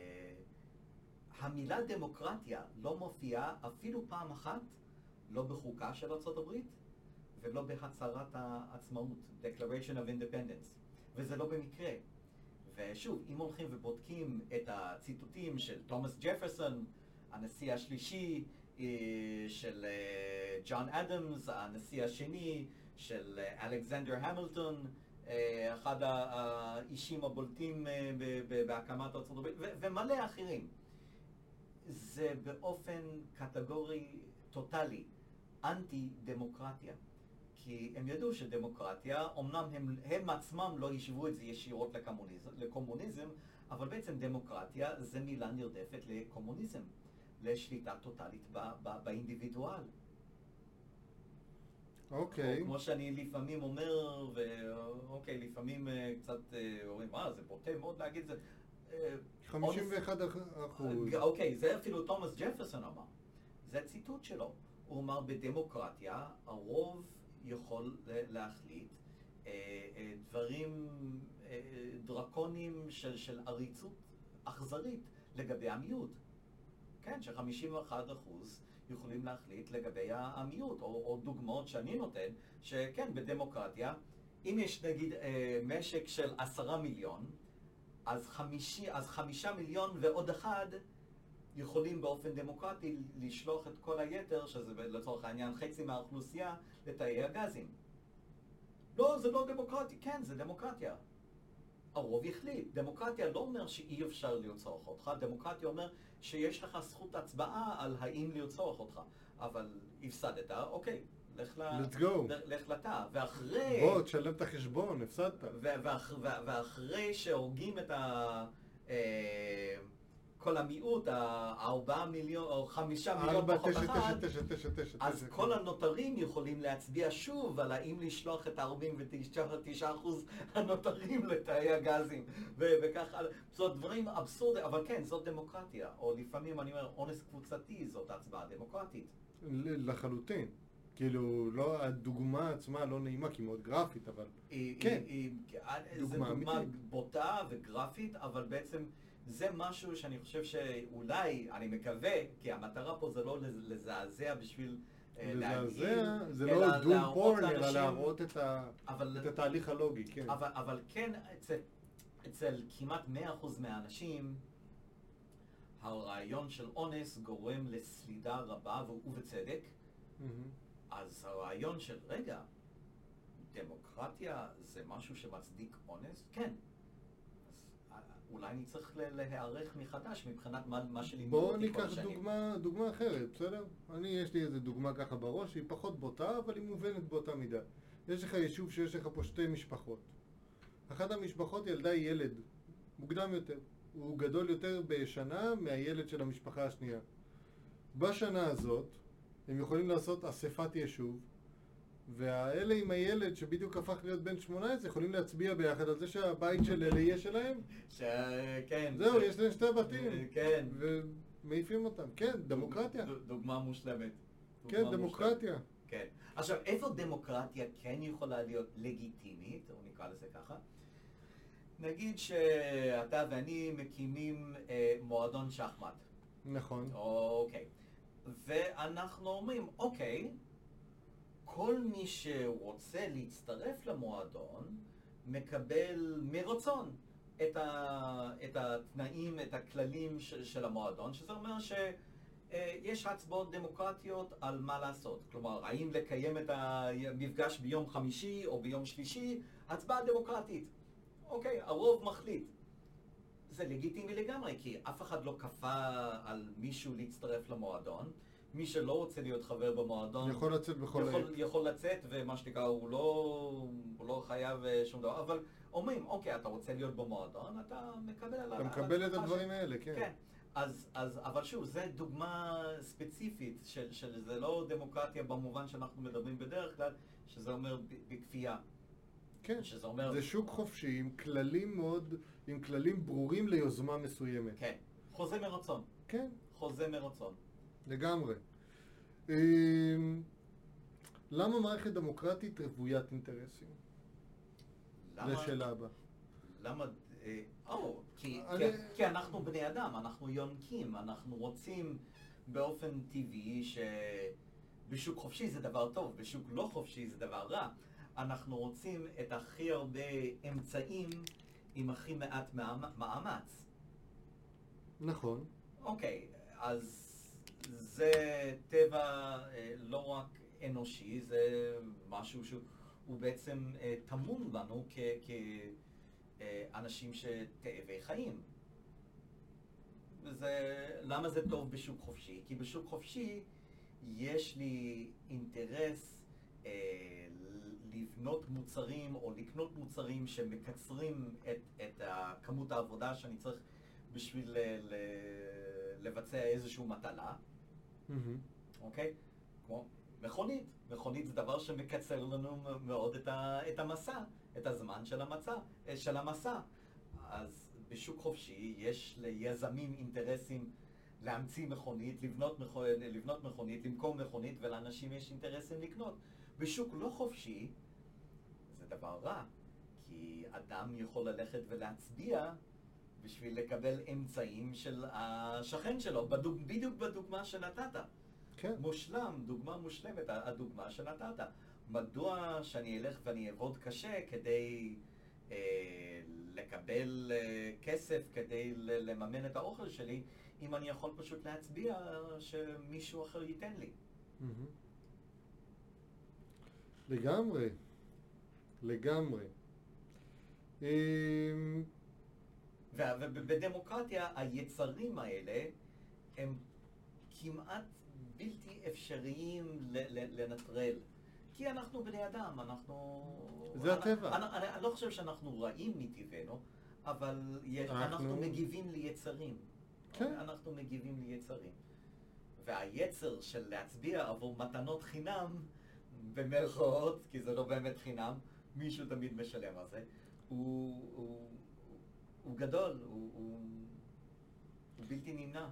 המילה דמוקרטיה לא מופיעה אפילו פעם אחת, לא בחוקה של ארצות הברית ולא בהצהרת העצמאות, Declaration of Independence, וזה לא במקרה. ושוב, אם הולכים ובודקים את הציטוטים של תומאס ג'פרסון, הנשיא השלישי, של ג'ון אדמס, הנשיא השני, של אלכסנדר המילטון, אחד האישים הבולטים בהקמת ארצות הברית, ומלא אחרים. זה באופן קטגורי טוטלי אנטי דמוקרטיה. כי הם ידעו שדמוקרטיה, אמנם הם, הם עצמם לא ישבו את זה ישירות לקומוניזם, לקומוניזם, אבל בעצם דמוקרטיה זה מילה נרדפת לקומוניזם, לשליטה טוטלית ב, ב, באינדיבידואל. אוקיי. או כמו שאני לפעמים אומר, ואוקיי, לפעמים קצת אומרים, מה, זה בוטה מאוד להגיד את זה. חמישים ואחד אחוז. אוקיי, זה אפילו תומאס ג'פרסון אמר. זה ציטוט שלו. הוא אמר, בדמוקרטיה הרוב יכול להחליט דברים דרקוניים של, של עריצות אכזרית לגבי המיעוט. כן, ש-חמישים ואחד אחוז יכולים להחליט לגבי המיעוט, או, או דוגמאות שאני נותן, שכן, בדמוקרטיה, אם יש נגיד משק של עשרה מיליון, אז, חמישי, אז חמישה מיליון ועוד אחד יכולים באופן דמוקרטי לשלוח את כל היתר, שזה לצורך העניין חצי מהאוכלוסייה, לתאי הגזים. לא, זה לא דמוקרטי. כן, זה דמוקרטיה. הרוב יחליט. דמוקרטיה לא אומר שאי אפשר לרצוח אותך, דמוקרטיה אומר שיש לך זכות הצבעה על האם לרצוח אותך. אבל הפסדת, אוקיי, לך, Let's go. לך לתא. ואחרי... בוא, תשלם את החשבון, הפסדת. ואח, ואחרי שהורגים את ה... כל המיעוט, הארבעה מיליון או חמישה מיליון ארבע, פחות תשע, אחד, תשע, תשע, תשע, תשע, אז תשע, כל כן. הנותרים יכולים להצביע שוב על האם לשלוח את ה-ארבעים ותשעה אחוז הנותרים לתאי הגזים, ו- וכך הלאה. זאת דברים אבסורדים, אבל כן, זאת דמוקרטיה. או לפעמים אני אומר, אונס קבוצתי זאת הצבעה דמוקרטית. ל- לחלוטין. כאילו, לא, הדוגמה עצמה לא נעימה, כי היא מאוד גרפית, אבל... היא, כן. היא, היא, זו דוגמה דוגמה אמיתית. בוטה וגרפית, אבל בעצם זה משהו שאני חושב שאולי, אני מקווה, כי המטרה פה זה לא לז- לזעזע בשביל אה, לזעזע, להגעיל, זה אלא לא דום להראות פורן, אלא לאנשים- להראות את ה- אבל- את התהליך הלוגי, כן. אבל, אבל כן, אצל, אצל כמעט מאה אחוז מהאנשים, הרעיון של אונס גורם לסלידה רבה, ובצדק. מהמם. אז הרעיון של, רגע, דמוקרטיה זה משהו שמצדיק אונס? כן. אז אולי אני צריך ל- להיערך מחדש מבחינת מה, מה שלימדו בואו אותי כל ניקח השנים. דוגמה, דוגמה אחרת, בסדר? אני, יש לי איזה דוגמה ככה בראש, היא פחות בוטה, אבל היא מובנת באותה מידה. יש לך יישוב שיש לך פה שתי משפחות. אחת המשפחות ילדה ילד, מוקדם יותר. הוא גדול יותר בשנה מהילד של המשפחה השנייה. בשנה הזאת, הם יכולים לעשות אספת יישוב, והאלה עם הילד שבדיוק הפך להיות בן שמונה עשרה יכולים להצביע ביחד על זה שהבית של אלה יהיה שלהם. ש... כן. זהו, ש... יש להם שתי בתים. כן. ומעיפים אותם. כן, דמוקרטיה. דוג- דוגמה מושלמת. כן, דוגמה דמוקרטיה. מושלמת. כן. עכשיו, איפה דמוקרטיה כן יכולה להיות לגיטימית, או נקרא לזה ככה? נגיד שאתה ואני מקימים אה, מועדון שחמט. נכון. אוקיי. ואנחנו אומרים, אוקיי, כל מי שרוצה להצטרף למועדון מקבל מרצון את, ה, את התנאים, את הכללים של, של המועדון, שזה אומר שיש הצבעות דמוקרטיות על מה לעשות. כלומר, האם לקיים את המפגש ביום חמישי או ביום שלישי, הצבעה דמוקרטית. אוקיי, הרוב מחליט. זה לגיטימי לגמרי, כי אף אחד לא כפה על מישהו להצטרף למועדון. מי שלא רוצה להיות חבר במועדון יכול לצאת בכל יכול, עת. יכול לצאת, ומה שנקרא, הוא לא, הוא לא חייב אה, שום דבר, אבל אומרים, אוקיי, אתה רוצה להיות במועדון, אתה מקבל על אתה על מקבל את עצמך הדברים ש- האלה, כן. כן. אז, אז, אבל שוב, זו דוגמה ספציפית של, של זה לא דמוקרטיה במובן שאנחנו מדברים בדרך כלל, שזה אומר ב- בכפייה. כן. שזה אומר... זה שוק חופשי עם כללים מאוד, עם כללים ברורים ליוזמה מסוימת. כן. חוזה מרצון. כן, חוזה מרצון. לגמרי. אמ, למה מערכת דמוקרטית רוויית אינטרסים? למה? זה שאלה הבאה. למה? אה, או, כי, אני- כי, כי אנחנו בני אדם, אנחנו יונקים, אנחנו רוצים באופן טבעי שבשוק חופשי זה דבר טוב, בשוק לא חופשי זה דבר רע. אנחנו רוצים את הכי הרבה אמצעים עם הכי מעט מאמ- מאמץ. נכון. אוקיי, אז זה טבע אה, לא רק אנושי, זה משהו שהוא בעצם אה, טמון בנו כאנשים שתאבי חיים. וזה, למה זה טוב בשוק חופשי? כי בשוק חופשי יש לי אינטרס אה, לבנות מוצרים או לקנות מוצרים שמקצרים את, את כמות העבודה שאני צריך בשביל ל, ל, לבצע איזושהי מטלה, מהמם. אוקיי? כמו מכונית. מכונית זה דבר שמקצר לנו מאוד את, ה, את המסע, את הזמן של המצע, של המסע. אז בשוק חופשי יש ליזמים אינטרסים להמציא מכונית, לבנות, מכונית, לבנות מכונית, למכור מכונית, ולאנשים יש אינטרסים לקנות. בשוק לא חופשי זה דבר רע, כי אדם יכול ללכת ולהצביע בשביל לקבל אמצעים של השכן שלו, בדוג, בדיוק בדוגמה שנתת. כן. מושלם, דוגמה מושלמת, הדוגמה שנתת. מדוע שאני אלך ואני אעבוד קשה כדי אה, לקבל אה, כסף, כדי ל- לממן את האוכל שלי, אם אני יכול פשוט להצביע שמישהו אחר ייתן לי. מהמם. לגמרי. לגמרי. אמ, ו- ובדמוקרטיה היצרים האלה הם כמעט בלתי אפשריים ל- ל- לנטרל. כי אנחנו בני אדם, אנחנו... זה הטבע. אני, אני, אני לא חושב שאנחנו רעים מטבענו, אבל יש, אנחנו... אנחנו- אנחנו מגיבים ליצרים. כן. אנחנו מגיבים ליצרים. והיצר של להצביע עבור מתנות חינם, במרכאות, כי זה לא באמת חינם, מישהו תמיד משלם על זה, הוא, הוא, הוא גדול, הוא, הוא, הוא בלתי נמנע.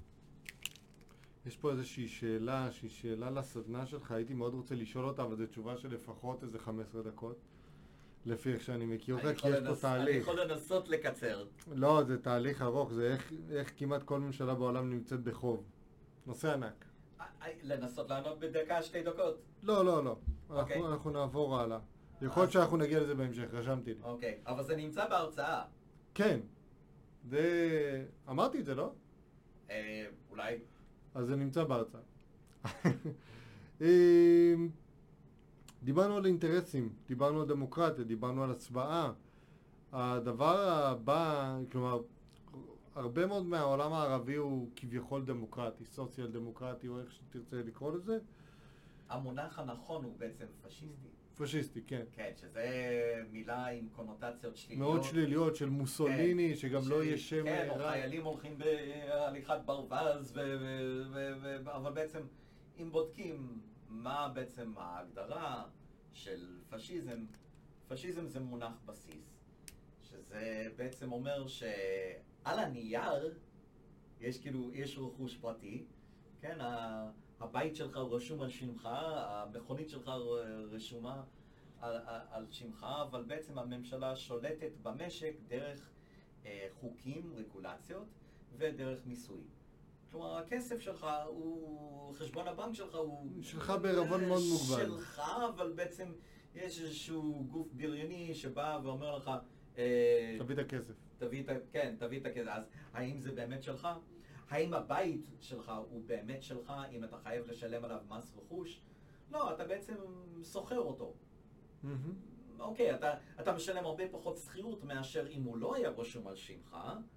יש פה איזושהי שאלה, שהיא שאלה לסדנה שלך, הייתי מאוד רוצה לשאול אותה, אבל זו תשובה של לפחות איזה חמש עשרה דקות. לפי איך שאני מכיר אותה, כי יש פה תהליך. אני יכול לנסות לקצר. לא, זה תהליך ארוך, זה איך, איך כמעט כל ממשלה בעולם נמצאת בחוב. נושא ענק. לנסות לענות בדקה, שתי דקות. לא, לא, לא. Okay. אנחנו, אנחנו נעבור הלאה. יכול להיות שאנחנו נגיע לזה בהמשך, רשמתי לי. אוקיי, okay. אבל זה נמצא בהרצאה. כן. זה... אמרתי את זה, לא? אה, אולי. אז זה נמצא בהרצאה. דיברנו על אינטרסים, דיברנו על דמוקרטיה, דיברנו על הצבעה. הדבר הבא, כלומר, הרבה מאוד מהעולם הערבי הוא כביכול דמוקרטי, סוציאל דמוקרטי, או איך שתרצה לקרוא לזה. המונח הנכון הוא בעצם פשיסטי. פשיסטי, כן. כן, שזה מילה עם קונוטציות שליליות. מאוד שליליות של מוסוליני, כן, שגם ש... לא יהיה שם כן, או רע. חיילים הולכים בהליכת ברווז, ו... ו... ו... ו... אבל בעצם, אם בודקים מה בעצם ההגדרה של פשיזם, פשיזם זה מונח בסיס. שזה בעצם אומר שעל הנייר יש כאילו, יש רכוש פרטי, כן, הבית שלך רשום על שמך, המכונית שלך רשומה על, על שמך, אבל בעצם הממשלה שולטת במשק דרך אה, חוקים, רגולציות ודרך מיסוי. כלומר, הכסף שלך הוא, חשבון הבנק שלך הוא... שלך בערבון מאוד מוגבל. שלך, אבל בעצם יש איזשהו גוף בריוני שבא ואומר לך... אה, תביא את הכסף. תביא את, כן, תביא את הכסף. אז האם זה באמת שלך? האם הבית שלך הוא באמת שלך אם אתה חייב לשלם עליו מס רכוש? לא, אתה בעצם סוחר אותו. Mm-hmm. אוקיי, אתה, אתה משלם הרבה פחות שכירות מאשר אם הוא לא היה רשום על שמך,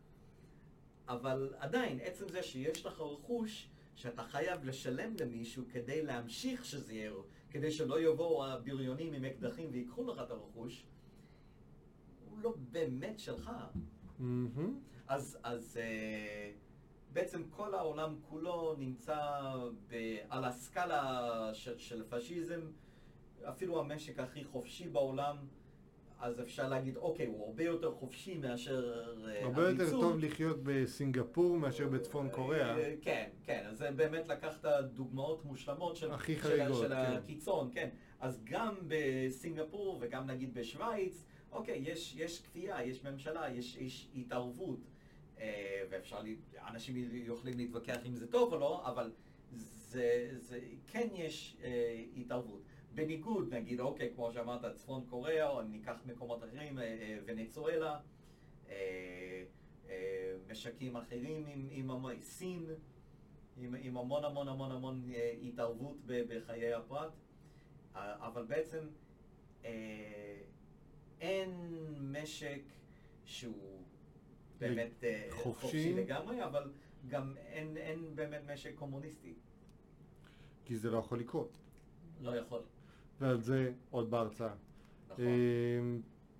אבל עדיין, עצם זה שיש לך רכוש שאתה חייב לשלם למישהו כדי להמשיך שזה יהיה, כדי שלא יבואו הבריונים עם אקדחים ויקחו לך את הרכוש, הוא לא באמת שלך. Mm-hmm. אז, אז אה, בעצם כל העולם כולו נמצא ב, על הסקאלה של, של פשיזם, אפילו המשק הכי חופשי בעולם, אז אפשר להגיד, אוקיי, הוא הרבה יותר חופשי מאשר הביצור. הרבה יותר טוב לחיות בסינגפור מאשר בצפון קוריאה. כן, כן, אז באמת לקחת דוגמאות מושלמות של, הכי של, חריגות, של כן. הקיצון, כן. אז גם בסינגפור וגם נגיד בשוויץ, אוקיי, יש, יש כפייה, יש ממשלה, יש, יש התערבות, אה, ואפשר, לי, אנשים יכולים להתווכח אם זה טוב או לא, אבל זה, זה, כן יש אה, התערבות. בניגוד, נגיד, אוקיי, כמו שאמרת, צפון קוריאה, או ניקח מקומות אחרים, אה, אה, ונצואלה, אה, אה, משקים אחרים עם, עם המון, סין, עם, עם המון המון המון המון אה, התערבות ב, בחיי הפרט, אה, אבל בעצם אה, אין משק שהוא באמת אה, חופשי. חופשי לגמרי, אבל גם אין, אין באמת משק קומוניסטי. כי זה לא יכול לקרות. לא יכול. ועל זה עוד בהרצאה. נכון. אמ,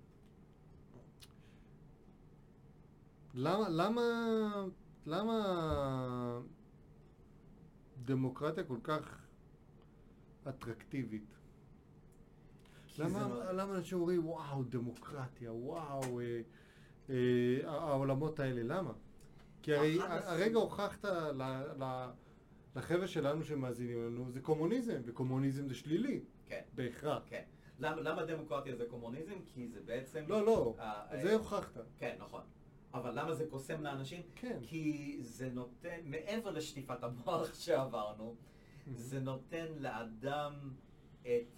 למה, למה, למה דמוקרטיה כל כך אטרקטיבית? למה, לא... למה אנשים אומרים, וואו, דמוקרטיה, וואו, אה, אה, העולמות האלה, למה? כי הרי הרגע הוכחת ל, ל, לחבר'ה שלנו שמאזינים לנו, זה קומוניזם, וקומוניזם זה שלילי. כן. בהכרח. כן. למה, למה דמוקרטיה זה קומוניזם? כי זה בעצם... לא, לא, אה, זה אה, הוכחת. כן, נכון. אבל למה זה קוסם לאנשים? כן. כי זה נותן, מעבר לשטיפת המוח שעברנו, זה נותן לאדם את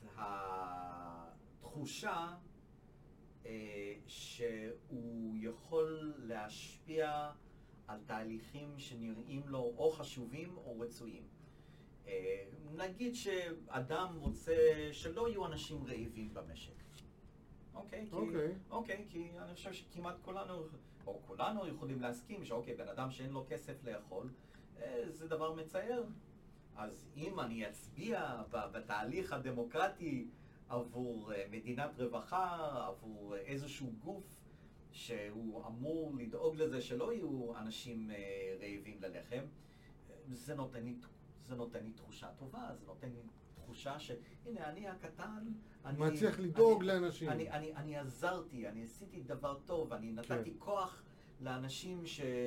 התחושה אה, שהוא יכול להשפיע על תהליכים שנראים לו או חשובים או רצויים. אה, נגיד שאדם רוצה שלא יהיו אנשים רעבים במשק. אוקיי? כי, אוקיי. אוקיי, כי אני חושב שכמעט כולנו, או כולנו יכולים להסכים שאוקיי, בן אדם שאין לו כסף לאכול, אה, זה דבר מצער. אז אם אני אצביע בתהליך הדמוקרטי עבור מדינת רווחה, עבור איזשהו גוף שהוא אמור לדאוג לזה שלא יהיו אנשים רעבים ללחם, זה נותן לי, זה נותן לי תחושה טובה, זה נותן לי תחושה שהנה, אני הקטן, אני... מצליח לדאוג אני, לאנשים. אני, אני, אני עזרתי, אני עשיתי דבר טוב, אני נתתי כן. כוח לאנשים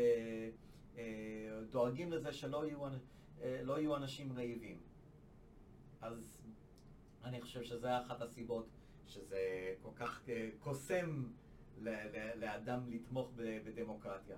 שדואגים לזה שלא יהיו, לא יהיו אנשים רעבים. אז אני חושב שזה אחת הסיבות שזה כל כך קוסם לאדם לתמוך בדמוקרטיה.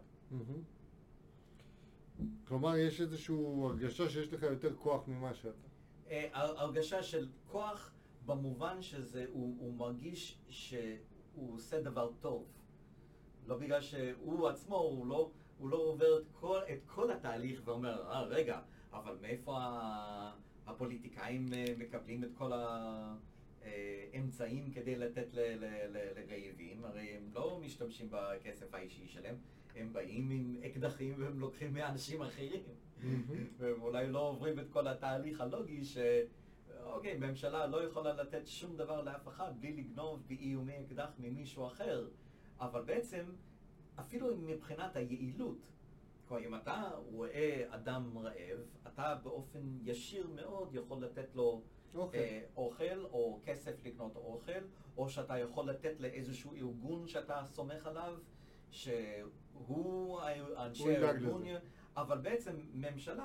כלומר, יש איזושהי הרגשה שיש לך יותר כוח ממה שאתה. הרגשה של כוח במובן שזה, הוא, הוא מרגיש שהוא עושה דבר טוב. לא בגלל שהוא עצמו, הוא לא, הוא לא עובר את כל, את כל התהליך ואומר, אה, רגע, אבל מאיפה הפוליטיקאים מקבלים את כל האמצעים כדי לתת לרעבים? הרי הם לא משתמשים בכסף האישי שלהם, הם באים עם אקדחים והם לוקחים מאנשים אחרים. והם אולי לא עוברים את כל התהליך הלוגי ש... אוקיי, ממשלה לא יכולה לתת שום דבר לאף אחד בלי לגנוב באיומי אקדח ממישהו אחר. אבל בעצם, אפילו מבחינת היעילות, כלומר, אם אתה רואה אדם רעב, אתה באופן ישיר מאוד יכול לתת לו אוכל, אה, אוכל או כסף לקנות אוכל, או שאתה יכול לתת לאיזשהו ארגון שאתה סומך עליו, שהוא אנשי הארגון, אבל בעצם ממשלה,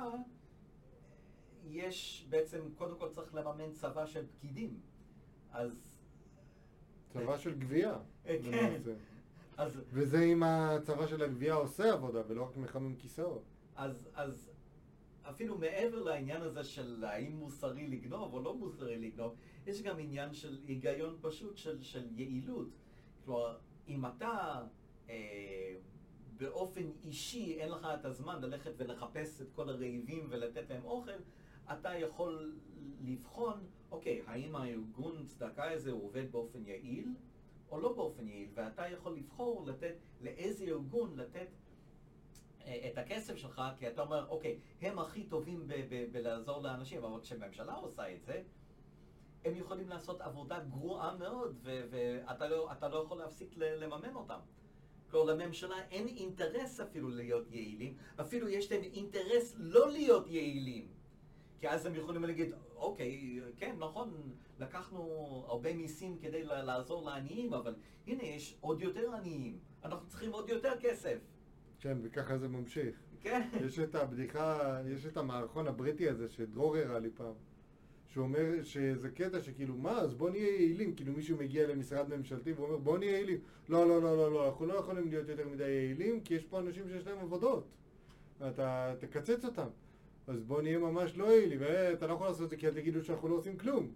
יש בעצם, קודם כל צריך לממן צבא של פקידים, אז... צבא של גבייה. כן. אז... וזה אם הצבא של הגבייה עושה עבודה, ולא רק מחמם כיסאות. אז, אז אפילו מעבר לעניין הזה של האם מוסרי לגנוב או לא מוסרי לגנוב, יש גם עניין של היגיון פשוט של, של יעילות. כלומר, אם אתה אה, באופן אישי אין לך את הזמן ללכת ולחפש את כל הרעבים ולתת להם אוכל, אתה יכול לבחון, אוקיי, האם הארגון צדקה הזה הוא עובד באופן יעיל או לא באופן יעיל, ואתה יכול לבחור לתת לאיזה ארגון לתת אה, את הכסף שלך, כי אתה אומר, אוקיי, הם הכי טובים ב- ב- בלעזור לאנשים, אבל כשממשלה עושה את זה, הם יכולים לעשות עבודה גרועה מאוד, ו- ואתה לא, אתה לא יכול להפסיק לממן אותם. כלומר, לממשלה אין אינטרס אפילו להיות יעילים, אפילו יש להם אינטרס לא להיות יעילים. כי אז הם יכולים להגיד, אוקיי, כן, נכון, לקחנו הרבה מיסים כדי לעזור לעניים, אבל הנה, יש עוד יותר עניים, אנחנו צריכים עוד יותר כסף. כן, וככה זה ממשיך. כן. יש את הבדיחה, יש את המערכון הבריטי הזה שדרור הראה לי פעם, שהוא אומר שזה קטע שכאילו, מה, אז בוא נהיה יעילים, כאילו מישהו מגיע למשרד ממשלתי ואומר, בוא נהיה יעילים. לא, לא, לא, לא, לא, אנחנו לא יכולים להיות יותר מדי יעילים, כי יש פה אנשים שיש להם עבודות. אתה תקצץ אותם. אז בוא נהיה ממש לא יעילים, ואתה לא יכול לעשות את זה כי אל תגידו שאנחנו לא עושים כלום.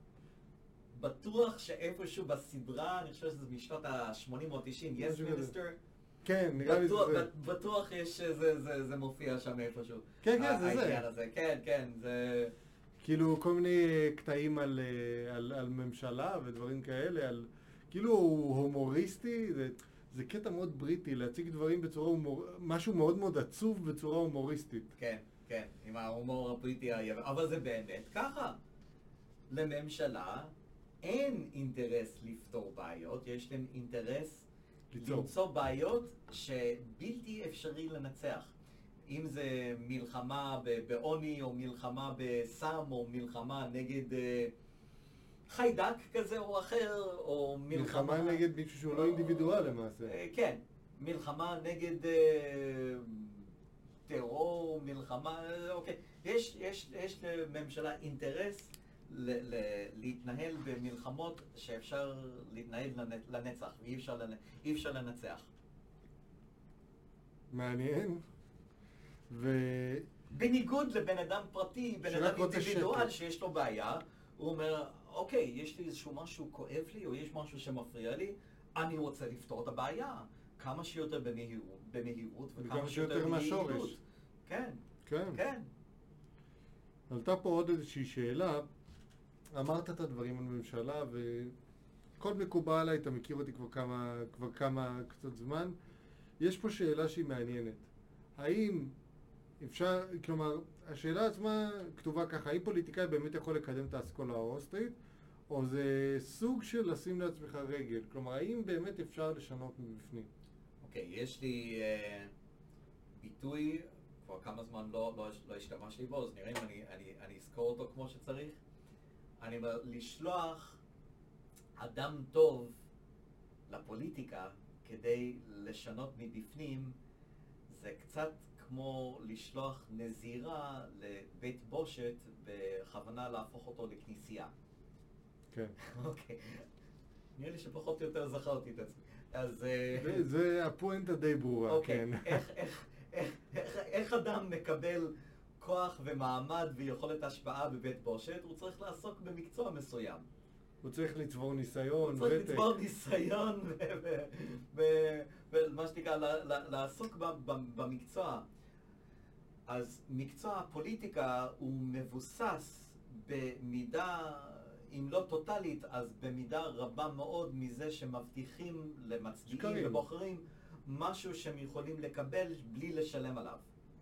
בטוח שאיפשהו בסדרה, אני חושב שזה משנות ה-שמונים או תשעים, Yes Minister, כן, נראה לי זה. בטוח יש, זה, זה, זה מופיע שם איפשהו. כן, כן, זה זה. העניין הזה, כן, כן, זה... כאילו כל מיני קטעים על, על, על ממשלה ודברים כאלה, על כאילו הומוריסטי, זה, זה קטע מאוד בריטי, להציג דברים בצורה הומור... משהו מאוד מאוד עצוב בצורה הומוריסטית. כן, כן, עם ההומור הבריטי היבש, אבל זה באמת ככה. לממשלה אין אינטרס לפתור בעיות, יש להם אינטרס ליצור. למצוא בעיות שבלתי אפשרי לנצח. אם זה מלחמה בעוני, או מלחמה בסם, או מלחמה נגד uh, חיידק כזה או אחר, או מלחמה... מלחמה נגד מישהו שהוא לא אינדיבידואל למעשה. Uh, כן, מלחמה נגד uh, טרור, מלחמה... אוקיי. יש, יש, יש לממשלה אינטרס ל, ל, להתנהל במלחמות שאפשר להתנהל לנצח, ואי אפשר, אי אפשר לנצח. מעניין. ו... בניגוד לבן אדם פרטי, בן אדם אינדיבידואל שיש לו בעיה, הוא אומר, אוקיי, יש לי איזשהו משהו כואב לי, או יש משהו שמפריע לי, אני רוצה לפתור את הבעיה. כמה שיותר במהירות, במהירות וכמה שיותר מהשורש. כן, כן. כן. עלתה פה עוד איזושהי שאלה, אמרת את הדברים על ממשלה, וכל מקובל עליי, אתה מכיר אותי כבר כמה, כבר כמה קצת זמן, יש פה שאלה שהיא מעניינת. האם אפשר, כלומר, השאלה עצמה כתובה ככה, האם פוליטיקאי באמת יכול לקדם את האסכולה האוסטרית, או זה סוג של לשים לעצמך רגל? כלומר, האם באמת אפשר לשנות מבפנים? אוקיי, יש לי אה, ביטוי, כבר כמה זמן לא, לא, לא השתמשתי בו, אז נראה אם אני, אני, אני אזכור אותו כמו שצריך. אני אומר, לשלוח אדם טוב לפוליטיקה כדי לשנות מבפנים, זה קצת כמו לשלוח נזירה לבית בושת בכוונה להפוך אותו לכנסייה. כן. אוקיי. נראה לי שפחות או יותר זכרתי את עצמי. אז... זה הפואנטה די ברורה, כן. איך, איך, איך, איך, איך אדם מקבל כוח ומעמד ויכולת השפעה בבית בושת? הוא צריך לעסוק במקצוע מסוים. הוא צריך לצבור ניסיון, ותק. הוא צריך לצבור ניסיון ומה שנקרא, לעסוק במקצוע. אז מקצוע הפוליטיקה הוא מבוסס במידה, אם לא טוטלית, אז במידה רבה מאוד מזה שמבטיחים למצביעים ובוחרים משהו שהם יכולים לקבל בלי לשלם עליו.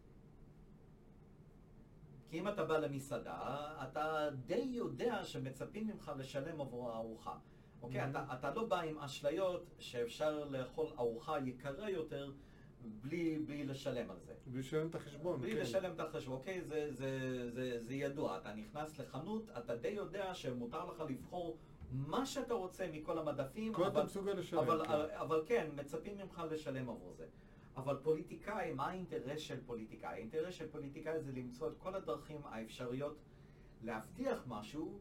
כי אם אתה בא למסעדה, אתה די יודע שמצפים ממך לשלם עבור הארוחה. אוקיי? Mm-hmm. אתה, אתה לא בא עם אשליות שאפשר לאכול ארוחה יקרה יותר בלי, בלי לשלם על זה. בלי לשלם את החשבון, בלי כן. לשלם את החשבון, אוקיי? זה, זה, זה, זה ידוע. אתה נכנס לחנות, אתה די יודע שמותר לך לבחור מה שאתה רוצה מכל המדפים. כל אתה מסוגל לשלם. אבל, כן. אבל, אבל כן, מצפים ממך לשלם עבור זה. אבל פוליטיקאי, מה האינטרס של פוליטיקאי? האינטרס של פוליטיקאי זה למצוא את כל הדרכים האפשריות להבטיח משהו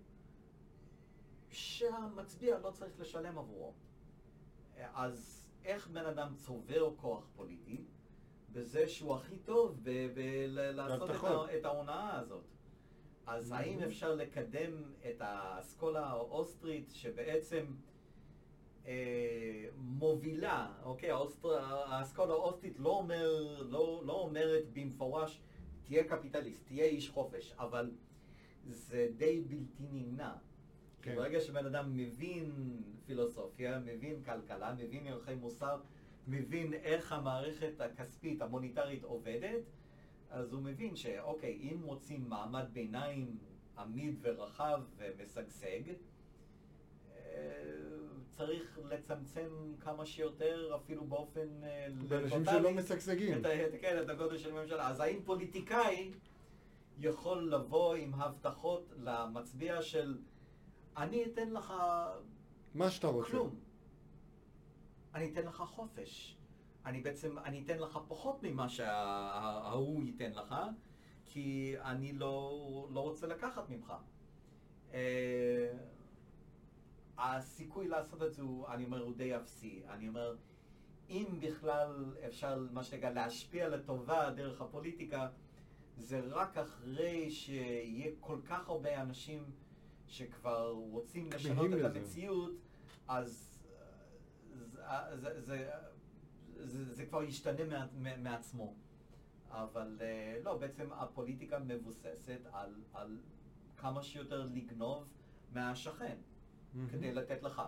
שהמצביע לא צריך לשלם עבורו. אז איך בן אדם צובר כוח פוליטי? בזה שהוא הכי טוב בלעשות את ההונאה הזאת. אז האם אפשר לקדם את האסכולה האוסטרית שבעצם מובילה, אוקיי, האסכולה האוסטרית לא, אומר, לא, לא אומרת במפורש תהיה קפיטליסט, תהיה איש חופש, אבל זה די בלתי נמנע. כן. כי ברגע שבן אדם מבין פילוסופיה, מבין כלכלה, מבין ערכי מוסר, מבין איך המערכת הכספית, המוניטרית עובדת, אז הוא מבין שאוקיי, אם רוצים מעמד ביניים עמיד ורחב ומשגשג, צריך לצמצם כמה שיותר, אפילו באופן באנשים שלא משגשגים. את, כן, את הגודל של הממשלה. אז האם פוליטיקאי יכול לבוא עם הבטחות למצביע של אני אתן לך מה שאתה רוצה. כלום. אני אתן לך חופש. אני בעצם, אני אתן לך פחות ממה שההוא ייתן לך, כי אני לא, לא רוצה לקחת ממך. הסיכוי לעשות את זה, אני אומר, הוא די אפסי. אני אומר, אם בכלל אפשר, מה שנקרא, להשפיע לטובה דרך הפוליטיקה, זה רק אחרי שיהיה כל כך הרבה אנשים שכבר רוצים לשנות את המציאות, אז זה, זה, זה, זה, זה כבר ישתנה מה, מעצמו. אבל לא, בעצם הפוליטיקה מבוססת על, על כמה שיותר לגנוב מהשכן. כדי לתת לך.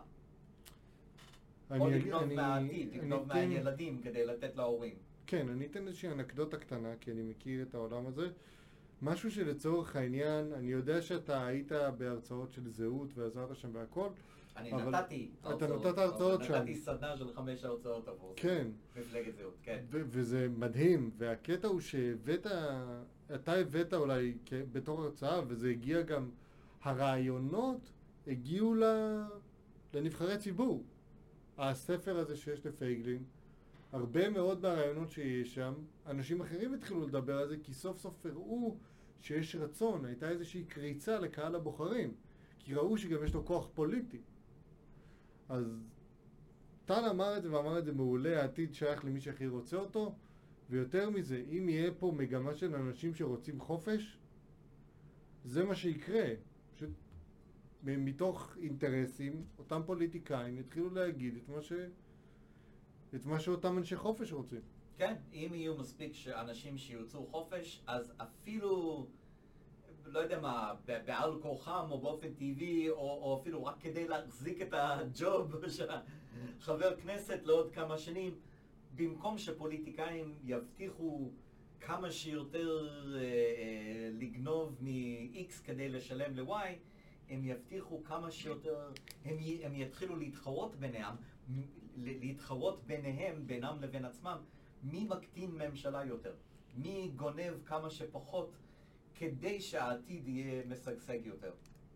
או לגנוב מהעתיד, לגנוב מהילדים כדי לתת להורים. כן, אני אתן איזושהי אנקדוטה קטנה, כי אני מכיר את העולם הזה. משהו שלצורך העניין, אני יודע שאתה היית בהרצאות של זהות ועזרת שם והכל. אני נתתי הרצאות. אתה נתת הרצאות שם. נתתי סדנה של חמש הרצאות עבור זה. כן. מפלגת זהות, כן. וזה מדהים, והקטע הוא שהבאת, אתה הבאת אולי בתור הרצאה, וזה הגיע גם, הרעיונות הגיעו לנבחרי ציבור. הספר הזה שיש לפייגלין, הרבה מאוד מהרעיונות שיש שם, אנשים אחרים התחילו לדבר על זה, כי סוף סוף הראו שיש רצון, הייתה איזושהי קריצה לקהל הבוחרים, כי ראו שגם יש לו כוח פוליטי. אז טל אמר את זה ואמר את זה מעולה, העתיד שייך למי שהכי רוצה אותו, ויותר מזה, אם יהיה פה מגמה של אנשים שרוצים חופש, זה מה שיקרה. פשוט מתוך אינטרסים, אותם פוליטיקאים יתחילו להגיד את מה ש... את מה שאותם אנשי חופש רוצים. כן, אם יהיו מספיק אנשים שיוצאו חופש, אז אפילו, לא יודע מה, בעל כורחם או באופן טבעי, או, או אפילו רק כדי להחזיק את הג'וב של חבר כנסת לעוד כמה שנים, במקום שפוליטיקאים יבטיחו כמה שיותר אה, אה, לגנוב מ-X כדי לשלם ל-Y, הם יבטיחו כמה שיותר, הם, י, הם יתחילו להתחרות ביניהם, להתחרות ביניהם, בינם לבין עצמם, מי מקטין ממשלה יותר, מי גונב כמה שפחות כדי שהעתיד יהיה משגשג יותר.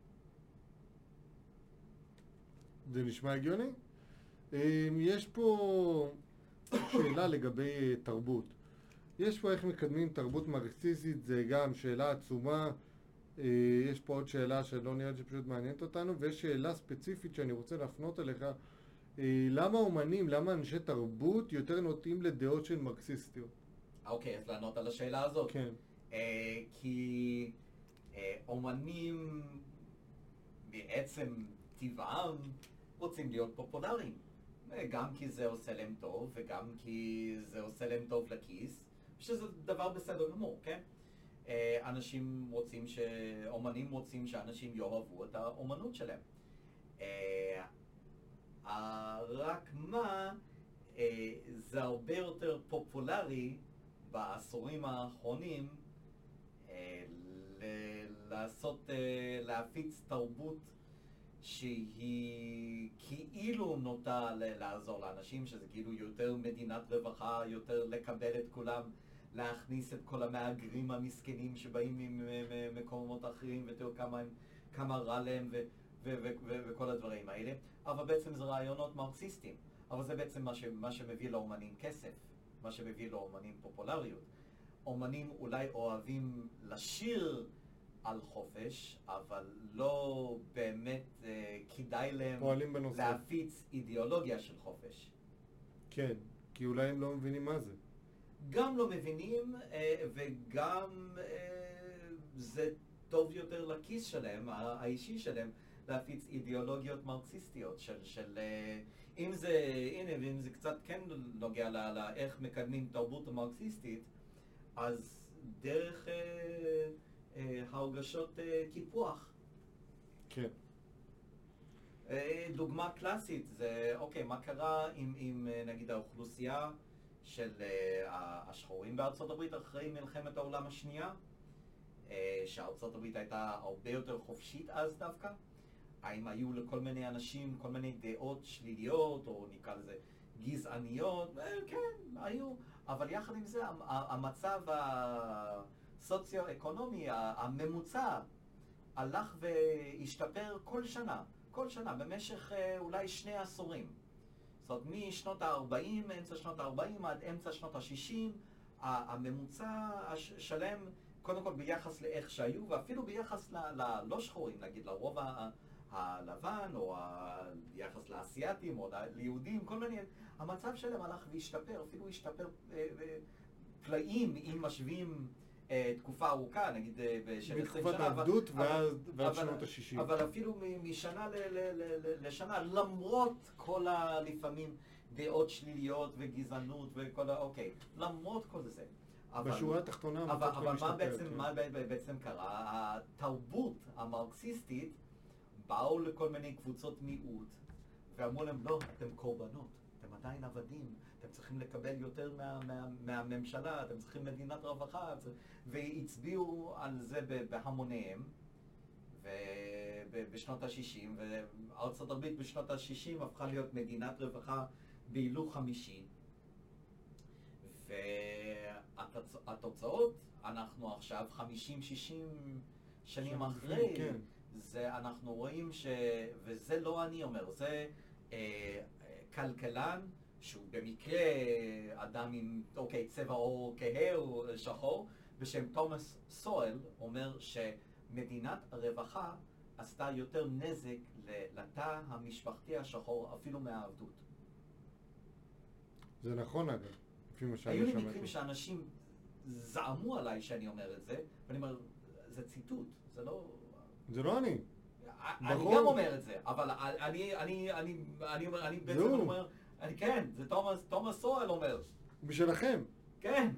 זה נשמע הגיוני? יש פה שאלה לגבי תרבות. יש פה איך מקדמים תרבות מרקסיסטית, זה גם שאלה עצומה. יש פה עוד שאלה שלא נראה שפשוט מעניינת אותנו, ויש שאלה ספציפית שאני רוצה להפנות אליך. למה אומנים, למה אנשי תרבות יותר נוטים לדעות של מרקסיסטיות? אוקיי, אז לענות על השאלה הזאת. כן. כי אומנים בעצם טבעם רוצים להיות פופולריים. גם כי זה עושה להם טוב, וגם כי זה עושה להם טוב לכיס, שזה דבר בסדר גמור, כן? אנשים רוצים ש... אומנים רוצים שאנשים יאהבו את האומנות שלהם. רק מה, זה הרבה יותר פופולרי בעשורים האחרונים לעשות, להפיץ תרבות שהיא כאילו נוטה לעזור לאנשים, שזה כאילו יותר מדינת רווחה, יותר לקבל את כולם, להכניס את כל המהגרים המסכנים שבאים ממקומות אחרים ותראו כמה, כמה רע להם ו, ו, ו, ו, וכל הדברים האלה. אבל בעצם זה רעיונות מרקסיסטיים. אבל זה בעצם מה, ש, מה שמביא לאומנים כסף, מה שמביא לאומנים פופולריות. אומנים אולי אוהבים לשיר על חופש, אבל לא באמת אה, כדאי להם להפיץ אידיאולוגיה של חופש. כן, כי אולי הם לא מבינים מה זה. גם לא מבינים, אה, וגם אה, זה טוב יותר לכיס שלהם, האישי שלהם, להפיץ אידיאולוגיות מרקסיסטיות של, של אה, אם זה, הנה, ואם זה קצת כן נוגע לה, לה, איך מקדמים תרבות המרקסיסטית, אז דרך אה, אה, הרגשות אה, קיפוח. כן. אה, דוגמה קלאסית זה, אוקיי, מה קרה עם, עם נגיד האוכלוסייה של אה, השחורים בארצות הברית אחרי מלחמת העולם השנייה, אה, שארצות הברית הייתה הרבה יותר חופשית אז דווקא? האם היו לכל מיני אנשים כל מיני דעות שליליות, או נקרא לזה גזעניות? כן, היו. אבל יחד עם זה, המצב הסוציו-אקונומי הממוצע הלך והשתפר כל שנה, כל שנה, במשך אולי שני עשורים. זאת אומרת, משנות ה-ארבעים, אמצע שנות ה-ארבעים עד אמצע שנות ה-שישים, הממוצע השלם, קודם כל ביחס לאיך שהיו, ואפילו ביחס ללא שחורים, נגיד, לרוב הלבן, או ביחס לאסייתים, או ליהודים, כל מיני, המצב שלהם הלך והשתפר, אפילו השתפר פלאים, אם משווים תקופה ארוכה, נגיד של עשרים שנה. מתקופת העבדות ועד שנות ה-שישים. אבל אפילו משנה לשנה, למרות כל הלפעמים דעות שליליות וגזענות וכל ה... אוקיי, למרות כל זה. בשורה התחתונה המצב שלהם משתפר. אבל כן. מה בעצם קרה? התרבות המרקסיסטית באו לכל מיני קבוצות מיעוט ואמרו להם, לא, אתם קורבנות, אתם עדיין עבדים, אתם צריכים לקבל יותר מה, מה, מהממשלה, אתם צריכים מדינת רווחה, והצביעו על זה בהמוניהם בשנות ה-שישים, וארצות הברית בשנות ה-שישים הפכה להיות מדינת רווחה בהילוך חמישי, והתוצאות, אנחנו עכשיו חמישים שישים שנים אחרי, כן. זה אנחנו רואים ש... וזה לא אני אומר, זה אה, כלכלן שהוא במקרה אדם עם, אוקיי, צבע עור כהה או שחור, בשם תומאס סואל, אומר שמדינת הרווחה עשתה יותר נזק לתא המשפחתי השחור אפילו מהעבדות. זה נכון אגב, לפי מה שאני היו לי שמעתי. מקרים שאנשים זעמו עליי שאני אומר את זה, ואני אומר, זה ציטוט, זה לא... זה לא אני. אני גם אומר את זה, אבל אני, אני, אני, אני אומר, אני בעצם אומר, אני כן, זה תומאס, תומאס סואל אומר. בשלכם. כן.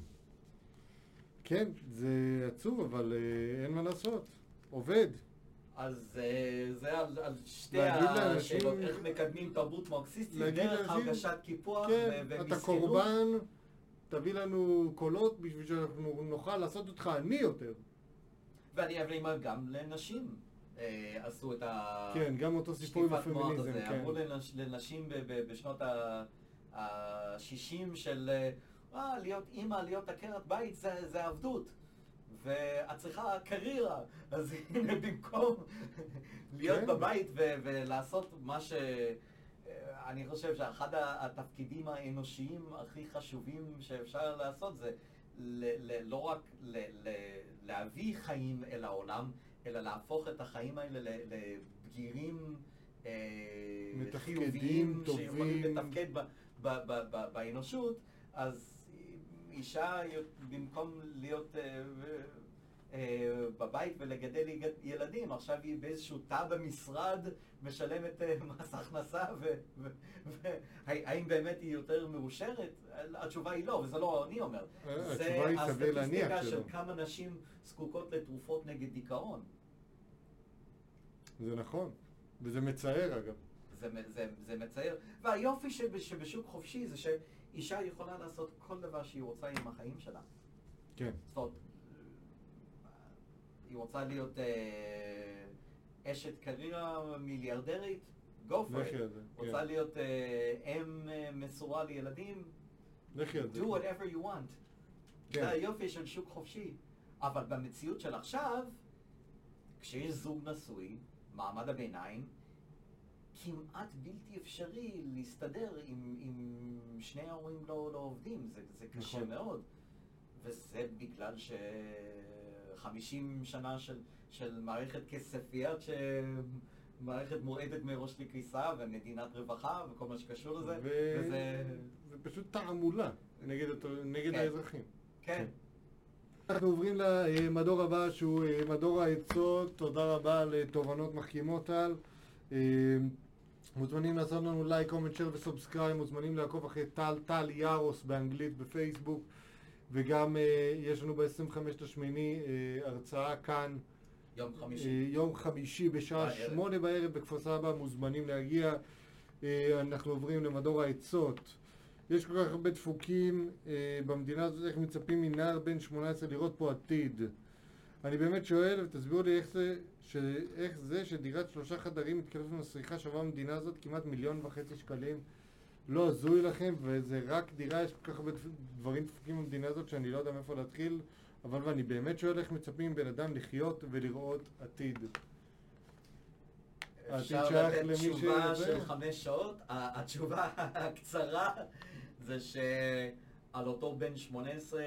כן, זה עצוב, אבל אין מה לעשות. עובד. אז זה על, על שתי השאלות, איך מקדמים תרבות מרקסיסטית, דרך הרגשת קיפוח כן, ומסכנות. אתה קורבן, תביא לנו קולות בשביל שאנחנו נוכל לעשות אותך עני יותר. ואני אומר גם לנשים. אה, עשו את ה... כן, גם אותו סיפור עם הפמיניזם, כן. אמרו לנש, לנשים ב, ב, בשנות ה-שישים של אה, להיות אימא, להיות עקרת בית, זה, זה עבדות. ואת צריכה קריירה, אז הנה במקום להיות כן. בבית ו- ולעשות מה ש... אני חושב שאחד התפקידים האנושיים הכי חשובים שאפשר לעשות זה ל- ל- לא רק ל- ל- להביא חיים אל העולם, אלא להפוך את החיים האלה ל- לבגירים אה, מתפקדים, חיוביים טובים. שיכולים לתפקד ב- ב- ב- ב- באנושות. אז אישה במקום להיות אה, אה, בבית ולגדל ילדים, עכשיו היא באיזשהו תא במשרד משלמת אה, מס הכנסה, והאם באמת היא יותר מאושרת? התשובה היא לא, וזה לא אני אומר. התשובה היא סביר להניח הסטטיסטיקה שלא. של כמה נשים זקוקות לתרופות נגד דיכאון. זה נכון, וזה מצער אגב. זה, זה, זה מצער. והיופי שב, שבשוק חופשי זה שאישה יכולה לעשות כל דבר שהיא רוצה עם החיים שלה. כן. זאת אומרת, היא רוצה להיות אה, אשת קריירה מיליארדרית, go for לכי it. על זה, רוצה כן. להיות אה, אם אה, מסורה לילדים, לכי על זה. do whatever you want. כן. זה היופי של שוק חופשי. אבל במציאות של עכשיו, כשיש זוג נשוי, מעמד הביניים, כמעט בלתי אפשרי להסתדר אם, אם שני ההורים לא, לא עובדים. זה, זה קשה נכון. מאוד. וזה בגלל ש-חמישים שנה של, של מערכת כספיות, שמערכת מועדת מראש לקריסה, ומדינת רווחה, וכל מה שקשור לזה. ו... וזה... זה פשוט תעמולה נגד, אותו, נגד כן. האזרחים. כן. אנחנו עוברים למדור הבא שהוא מדור העצות. תודה רבה לתובנות מחכימות על. מוזמנים לעשות לנו לייק, קומנט, שייר וסובסקרייב. מוזמנים לעקוב אחרי טל, טל יארוס באנגלית בפייסבוק. וגם יש לנו ב-עשרים וחמישה לשמיני הרצאה כאן. יום חמישי. יום חמישי בשעה שמונה בערב בכפר סבא. מוזמנים להגיע. אנחנו עוברים למדור העצות. יש כל כך הרבה דפוקים אה, במדינה הזאת, איך מצפים מנער בן שמונה עשרה לראות פה עתיד. אני באמת שואל, ותסבירו לי איך זה, ש... איך זה שדירת שלושה חדרים מתקלפת מסריחה שווה במדינה הזאת כמעט מיליון וחצי שקלים. לא הזוי לכם, וזה רק דירה, יש כל כך הרבה דברים דפוקים במדינה הזאת שאני לא יודע מאיפה להתחיל, אבל ואני באמת שואל איך מצפים בן אדם לחיות ולראות עתיד. אפשר לתת תשובה של חמש שעות. התשובה הקצרה זה שעל אותו בן שמונה עשרה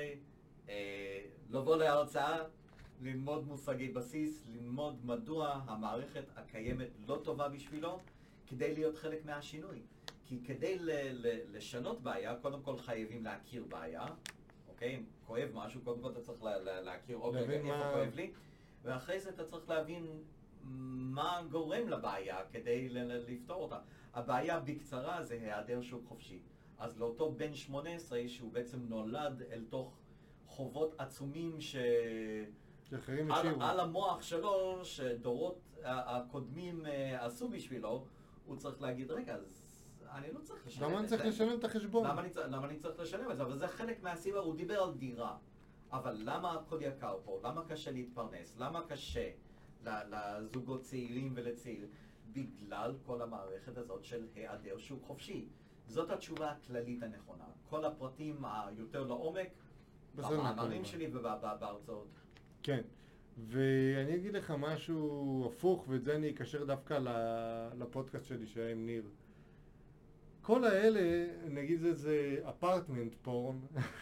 לבוא להרצאה, ללמוד מושגי בסיס, ללמוד מדוע המערכת הקיימת לא טובה בשבילו, כדי להיות חלק מהשינוי. כי כדי לשנות בעיה, קודם כל חייבים להכיר בעיה, אוקיי? אם כואב משהו, קודם כל אתה צריך להכיר, אוקיי, איפה כואב לי, ואחרי זה אתה צריך להבין מה גורם לבעיה כדי לפתור אותה. הבעיה בקצרה זה היעדר שוק חופשי. אז לאותו בן שמונה עשרה שהוא בעצם נולד אל תוך חובות עצומים ש... שאחרים על, השאירו. על המוח שלו, שדורות הקודמים עשו בשבילו, הוא צריך להגיד, רגע, אז אני לא צריך לשלם את זה. למה אני צריך לשלם את החשבון? למה אני, למה אני צריך לשלם את זה? אבל זה חלק מהסיבה, הוא דיבר על דירה. אבל למה הכל יקר פה? למה קשה להתפרנס? למה קשה לזוגות צעירים ולצעירים? בגלל כל המערכת הזאת של היעדר שוק חופשי. זאת התשובה הכללית הנכונה. כל הפרטים היותר לעומק, במאמרים שלי ובהרצאות. כן, ואני אגיד לך משהו הפוך, ואת זה אני אקשר דווקא לפודקאסט שלי שהיה עם ניר. כל האלה, נגיד את זה אפרטמנט פורן,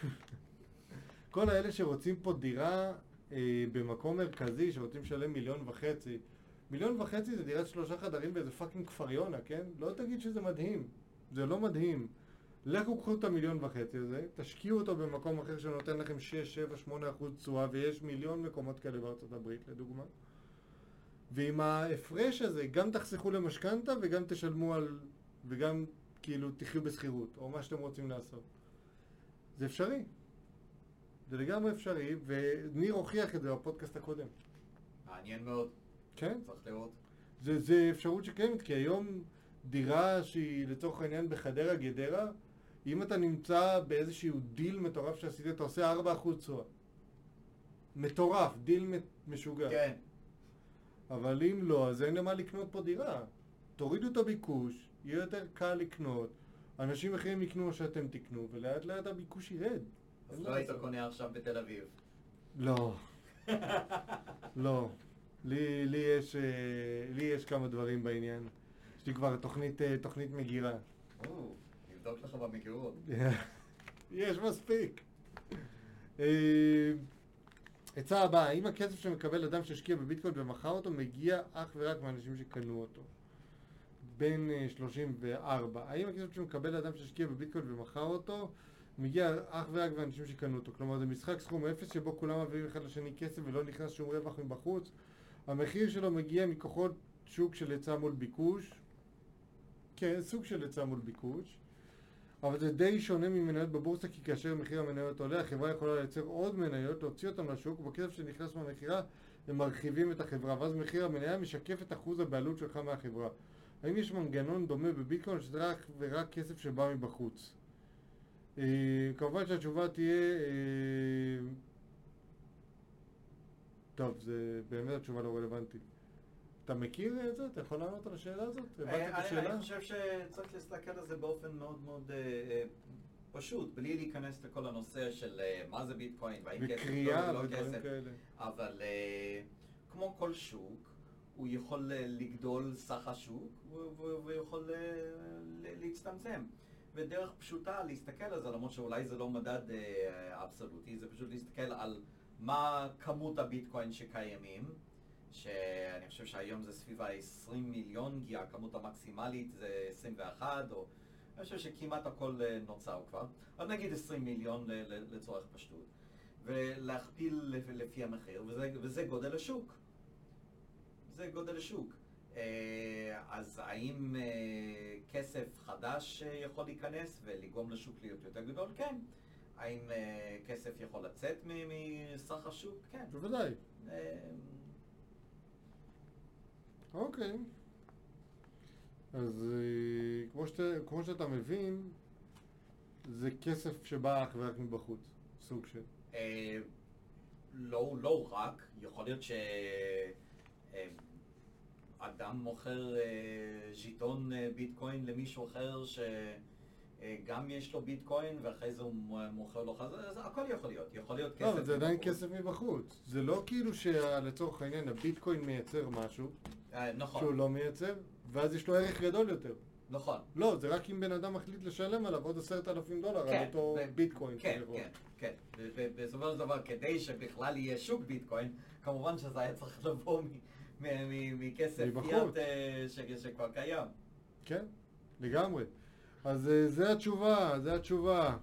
כל האלה שרוצים פה דירה אה, במקום מרכזי, שרוצים לשלם מיליון וחצי, מיליון וחצי זה דירת שלושה חדרים באיזה פאקינג כפר יונה, כן? לא תגיד שזה מדהים, זה לא מדהים. לכו קחו את המיליון וחצי הזה, תשקיעו אותו במקום אחר שנותן לכם שש, שבע, שמונה אחוז תשואה, ויש מיליון מקומות כאלה בארצות הברית לדוגמה. ועם ההפרש הזה גם תחסכו למשכנתה וגם תשלמו על, וגם כאילו תחיו בסחירות, או מה שאתם רוצים לעשות. זה אפשרי. זה לגמרי אפשרי, וניר הוכיח את זה בפודקאסט הקודם. מעניין מאוד. כן? צריך לראות. זה, זה אפשרות שקיימת, כי היום דירה שהיא לצורך העניין בחדרה גדרה, אם אתה נמצא באיזשהו דיל מטורף שעשית, אתה עושה ארבעה אחוז תשואה. מטורף, דיל משוגע. כן. אבל אם לא, אז אין למה לקנות פה דירה. תורידו את הביקוש, יהיה יותר קל לקנות, אנשים אחרים יקנו או שאתם תקנו, ולאט לאט הביקוש ירד. אז לא היית קונה עכשיו בתל אביב. לא. לא. לי, לי יש, לי יש כמה דברים בעניין. יש לי כבר תוכנית, תוכנית מגירה. או, נבדוק לך במגירות. יש מספיק. עצה הבאה, האם הכסף שמקבל אדם שהשקיע בביטקוין ומכר אותו מגיע אך ורק מהאנשים שקנו אותו? בין שלושים וארבע. האם הכסף שמקבל אדם שהשקיע בביטקוין ומכר אותו מגיע אך ורק מהאנשים שקנו אותו? כלומר, זה משחק סכום אפס שבו כולם מביאים אחד לשני כסף ולא נכנס שום רווח מבחוץ. המחיר שלו מגיע מכוחות שוק של היצע מול ביקוש. כן, סוג של היצע מול ביקוש. אבל זה די שונה ממניות בבורסה, כי כאשר מחיר המניות עולה, החברה יכולה לייצר עוד מניות, להוציא אותם לשוק, ובכסף שנכנס מהמחירה הם מרחיבים את החברה, ואז מחיר המניה משקף את אחוז הבעלות שלך מהחברה. האם יש מנגנון דומה בביטקוין שזה רק ורק כסף שבא מבחוץ? אה, כמובן שהתשובה תהיה... אה, טוב, זה באמת התשובה לא רלוונטית. אתה מכיר את זה? אתה יכול לענות על השאלה הזאת? הבנת את השאלה? אני חושב שצריך להסתכל על זה באופן מאוד מאוד פשוט, בלי להיכנס לכל הנושא של מה זה ביטקוין והאם כסף לא כסף. אבל כמו כל שוק, הוא יכול לגדול סך השוק והוא יכול להצטמצם. ודרך פשוטה להסתכל על זה, למרות שאולי זה לא מדד אבסולוטי, זה פשוט להסתכל על מה כמות הביטקוין שקיימים, שאני חושב שהיום זה סביב ה-עשרים מיליון, כי הכמות המקסימלית זה עשרים ואחת, או אני חושב שכמעט הכל נוצר כבר. אז נגיד עשרים מיליון לצורך פשטות, ולהכפיל לפי המחיר, וזה, וזה גודל השוק. זה גודל השוק. אז האם כסף חדש יכול להיכנס ולגרום לשוק להיות יותר גדול? כן. האם כסף יכול לצאת מסך השוק? כן. בוודאי. אוקיי. אז כמו שאתה, כמו שאתה מבין, זה כסף שבא אך ורק מבחוץ, סוג של. לא, לא רק. יכול להיות שאדם מוכר ז'יטון ביטקוין למישהו אחר שגם יש לו ביטקוין ואחרי זה הוא מוכר לו חזרה, אז הכל יכול להיות. יכול להיות כסף מבחוץ. לא, זה עדיין כסף מבחוץ. זה לא כאילו שלצורך העניין הביטקוין מייצר משהו נכון. שהוא לא מייצר, ואז יש לו ערך גדול יותר. נכון. לא, זה רק אם בן אדם מחליט לשלם עליו עוד עשרת אלפים דולר כן, על אותו ו- ביטקוין. כן, כן, כן. ובסופו של דבר, כדי שבכלל יהיה שוק ביטקוין, כמובן שזה היה צריך לבוא מ- מ- מ- מכסף פיאט ש- שכבר קיים. כן, לגמרי. אז אה, זה התשובה, זה התשובה.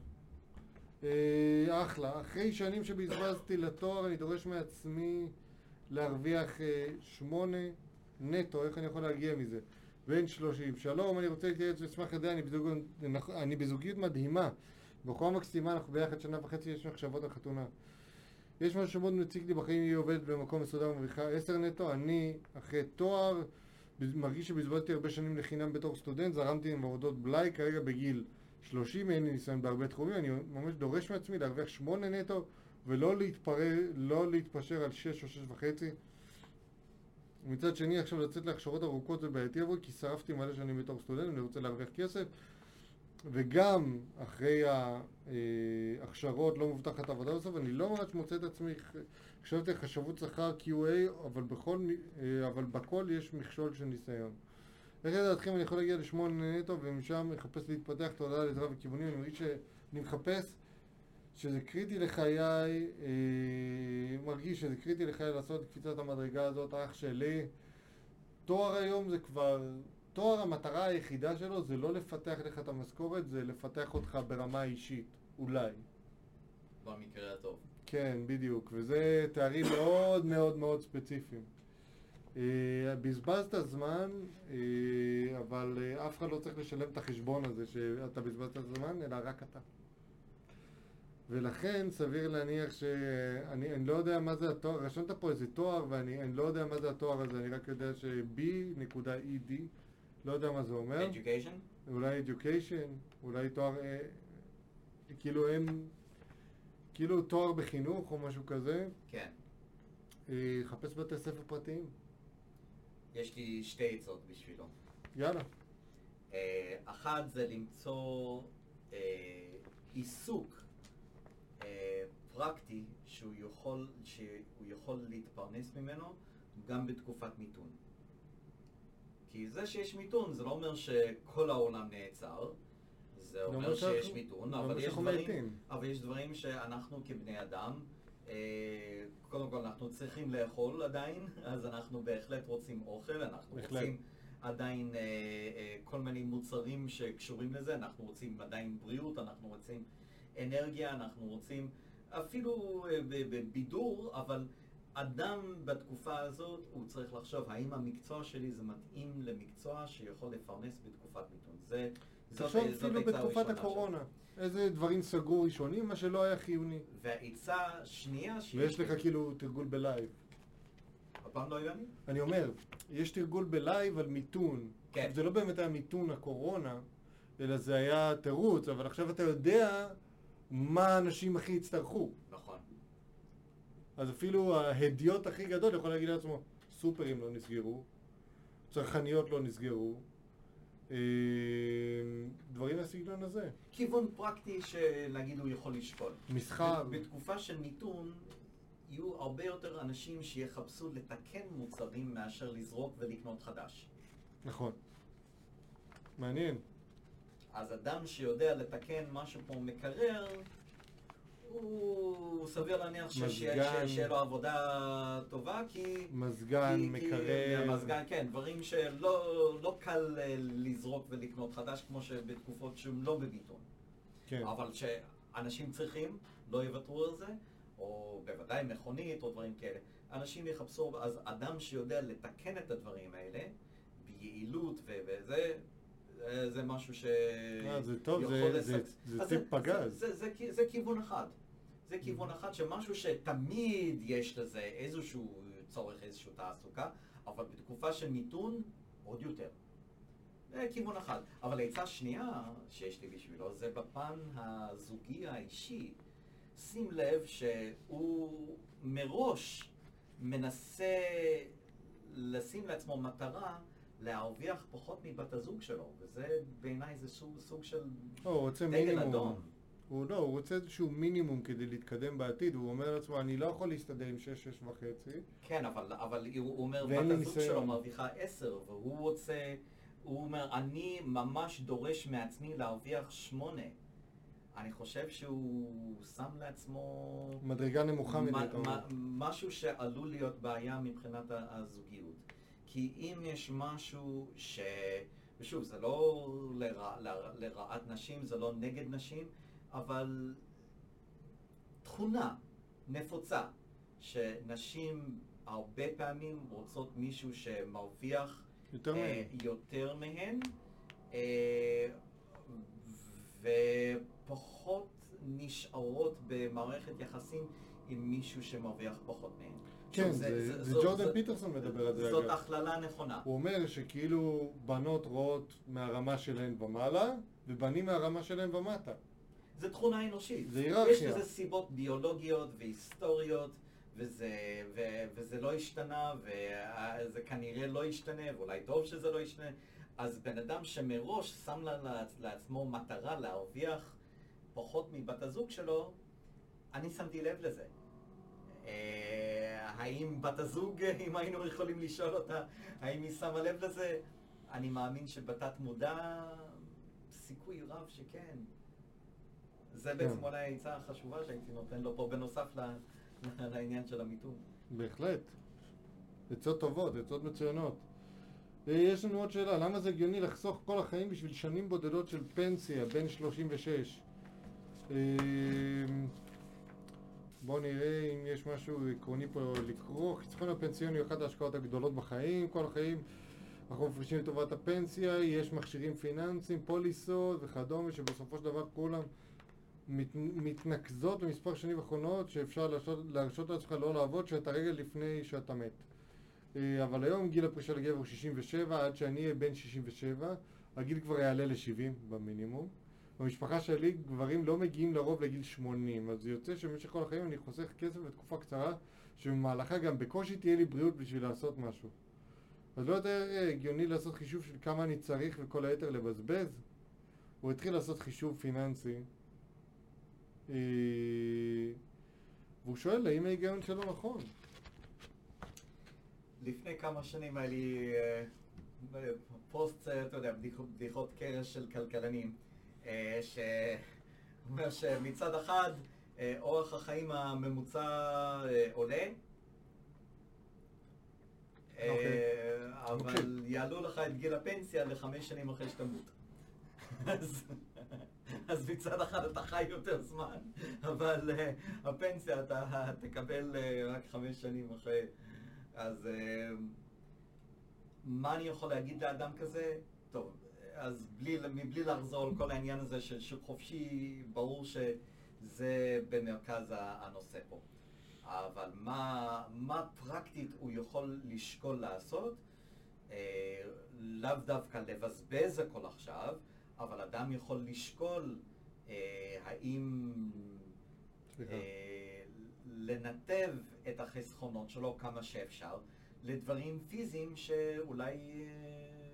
אה, אחלה. אחרי שנים שבזבזתי לתואר, אני דורש מעצמי להרוויח אה, שמונה נטו. איך אני יכול להגיע מזה? בין שלושים. שלום, אני רוצה להתייעץ ואשמח לדעת, אני, בזוג... אני בזוגיות מדהימה. בחורה מקסימה, אנחנו ביחד שנה וחצי, יש מחשבות על חתונה. יש משהו שמאוד מציק לי בחיים, היא עובדת במקום מסודר ומרוויחה עשר נטו. אני, אחרי תואר, מרגיש שבזבזתי הרבה שנים לחינם בתור סטודנט, זרמתי עם עבודות בלאי, כרגע בגיל שלושים, אין לי ניסיון בהרבה תחומים, אני ממש דורש מעצמי להרוויח שמונה נטו, ולא להתפרר, לא להתפשר על שש או שש וחצי. ומצד שני, עכשיו לצאת להכשרות ארוכות זה בעייתי עבורי, כי שרפתי מלא שנים בתור סטודנט, אני רוצה להרוויח כסף, וגם אחרי ההכשרות לא מובטחת עבודה בסוף, אני לא ממש מוצא את עצמי, חשבתי חשבות שכר קיו איי, אבל, בכל, אבל בכל יש מכשול של ניסיון. איך לדעתכם אני יכול להגיע לשמונה נטו ומשם מחפש להתפתח, תודה על עזרה וכיוונים, אני מרגיש שאני מחפש שזה קריטי לחיי, אה, מרגיש שזה קריטי לחיי לעשות קפיצת המדרגה הזאת, אח שלי. תואר היום זה כבר, תואר המטרה היחידה שלו זה לא לפתח לך את המשכורת, זה לפתח אותך ברמה אישית, אולי. במקרה הטוב. כן, בדיוק, וזה תארים מאוד מאוד מאוד ספציפיים. אה, בזבזת זמן, אה, אבל אה, אף אחד לא צריך לשלם את החשבון הזה שאתה בזבזת זמן, אלא רק אתה. ולכן סביר להניח שאני אני לא יודע מה זה התואר, רשמת פה איזה תואר ואני אני לא יודע מה זה התואר הזה, אני רק יודע ש-B.E.D, לא יודע מה זה אומר. Education? אולי Education, אולי תואר, אה, כאילו הם, כאילו תואר בחינוך או משהו כזה. כן. אה, חפש בתי ספר פרטיים. יש לי שתי עצות בשבילו. יאללה. אה, אחת זה למצוא אה, עיסוק אה, פרקטי שהוא יכול, שהוא יכול להתפרנס ממנו גם בתקופת מיתון. כי זה שיש מיתון זה לא אומר שכל העולם נעצר, זה אומר שיש מיתון, אבל יש דברים, אבל יש דברים שאנחנו כבני אדם, אה, קודם כל אנחנו צריכים לאכול עדיין, אז אנחנו בהחלט רוצים אוכל, אנחנו בהחלט. רוצים עדיין אה, אה, כל מיני מוצרים שקשורים לזה, אנחנו רוצים עדיין בריאות, אנחנו רוצים אנרגיה, אנחנו רוצים אפילו אה, בבידור, אבל אדם בתקופה הזאת הוא צריך לחשוב האם המקצוע שלי זה מתאים למקצוע שיכול לפרנס בתקופת מיתון. זה תחשוב אפילו בתקופת הקורונה, איזה דברים סגרו ראשונים, מה שלא היה חיוני. והעצה שנייה ויש לך כאילו תרגול בלייב. הפעם לא הבנתי? אני אומר, יש תרגול בלייב על מיתון. כן. זה לא באמת היה מיתון הקורונה, אלא זה היה תירוץ, אבל עכשיו אתה יודע מה האנשים הכי יצטרכו. נכון. אז אפילו ההדיוט הכי גדול יכול להגיד לעצמו, סופרים לא נסגרו, צרכניות לא נסגרו, דברים מהסגנון הזה. כיוון פרקטי שנגיד הוא יכול לשקול. מסחר. בתקופה של מיתון יהיו הרבה יותר אנשים שיחפשו לתקן מוצרים מאשר לזרוק ולקנות חדש. נכון. מעניין. אז אדם שיודע לתקן משהו כמו מקרר, הוא סביר להניח שיהיה לו עבודה טובה, כי... מזגן, כי, מקרר... כי, מזגן, כן, דברים שלא לא קל לזרוק ולקנות חדש, כמו שבתקופות שהם לא במיתון. כן. אבל שאנשים צריכים, לא יוותרו על זה, או בוודאי מכונית או דברים כאלה. אנשים יחפשו, אז אדם שיודע לתקן את הדברים האלה, ביעילות וזה... זה משהו שיכול זה טוב, זה, זה, זה טיפ פגז. זה, זה, זה, זה כיוון אחד. זה כיוון אחד שמשהו שתמיד יש לזה איזשהו צורך, איזשהו תעסוקה, אבל בתקופה של מיתון, עוד יותר. זה כיוון אחד. אבל העצה שנייה שיש לי בשבילו, זה בפן הזוגי האישי. שים לב שהוא מראש מנסה לשים לעצמו מטרה להרוויח פחות מבת הזוג שלו, וזה בעיניי זה סוג, סוג של דגל אדום. הוא לא, הוא רוצה איזשהו מינימום כדי להתקדם בעתיד, הוא אומר לעצמו, אני לא יכול להסתדר עם שש, שש וחצי. כן, אבל, אבל הוא אומר, בת הזוג שלו מרוויחה עשר, והוא רוצה, הוא אומר, אני ממש דורש מעצמי להרוויח שמונה. אני חושב שהוא שם לעצמו... מדרגה נמוכה מדי, אתה אומר. משהו שעלול להיות בעיה מבחינת הזוגיות. כי אם יש משהו ש... ושוב, זה לא לרע, לרע, לרעת נשים, זה לא נגד נשים, אבל תכונה נפוצה שנשים הרבה פעמים רוצות מישהו שמרוויח יותר, אה, מהן. יותר מהן, אה, ופחות נשארות במערכת יחסים עם מישהו שמרוויח פחות מהן. כן, זה, זה, זה ג'ורדן פיטרסון מדבר על זה. זאת הכללה נכונה. הוא אומר שכאילו בנות רואות מהרמה שלהן ומעלה, ובנים מהרמה שלהן ומטה. זה תכונה אנושית. זה היררכיה. יש לזה סיבות ביולוגיות והיסטוריות, וזה, ו, וזה לא השתנה, וזה כנראה לא ישתנה, ואולי טוב שזה לא ישתנה. אז בן אדם שמראש שם לעצמו מטרה להרוויח פחות מבת הזוג שלו, אני שמתי לב לזה. האם בת הזוג, אם היינו יכולים לשאול אותה, האם היא שמה לב לזה? אני מאמין שבתת מודע, סיכוי רב שכן. זה בעצם אולי העצה החשובה שהייתי נותן לו פה, בנוסף לעניין של המיתון. בהחלט. עצות טובות, עצות מצוינות. יש לנו עוד שאלה, למה זה הגיוני לחסוך כל החיים בשביל שנים בודדות של פנסיה, בין שלושים ושש? בואו נראה אם יש משהו עקרוני פה לקרוא. חיסכון הפנסיוני הוא אחת ההשקעות הגדולות בחיים, כל החיים אנחנו מפרישים לטובת הפנסיה, יש מכשירים פיננסיים, פוליסות וכדומה, שבסופו של דבר כולם מת, מתנקזות במספר שנים האחרונות שאפשר להרשות, להרשות לעצמך לא לעבוד, שאתה רגע לפני שאתה מת. אבל היום גיל הפרישה לגבר הוא שישים ושבע, עד שאני אהיה בן שישים ושבע, הגיל כבר יעלה ל-שבעים במינימום. במשפחה שלי גברים לא מגיעים לרוב לגיל שמונים, אז זה יוצא שבמשך כל החיים אני חוסך כסף בתקופה קצרה, שבמהלכה גם בקושי תהיה לי בריאות בשביל לעשות משהו. אז לא יותר הגיוני לעשות חישוב של כמה אני צריך וכל היתר לבזבז? הוא התחיל לעשות חישוב פיננסי, אה, והוא שואל האם ההיגיון שלו נכון. לפני כמה שנים היה לי אה, פוסט, אתה יודע, בדיחות, בדיחות קרש של כלכלנים, אה, שאומר שמצד אחד אה, אורח החיים הממוצע אה, עולה, אוקיי. אה, אבל אוקיי. יעלו לך את גיל הפנסיה לחמש שנים אחרי שתמות. אז, אז מצד אחד אתה חי יותר זמן, אבל uh, הפנסיה אתה תקבל uh, רק חמש שנים אחרי. אז uh, מה אני יכול להגיד לאדם כזה? טוב, אז בלי, מבלי לחזור על כל העניין הזה של שוק חופשי, ברור שזה במרכז הנושא פה. אבל מה, מה פרקטית הוא יכול לשקול לעשות? Uh, לאו דווקא לבזבז הכל עכשיו, אבל אדם יכול לשקול אה, האם אה, לנתב את החסכונות שלו כמה שאפשר לדברים פיזיים שאולי אה,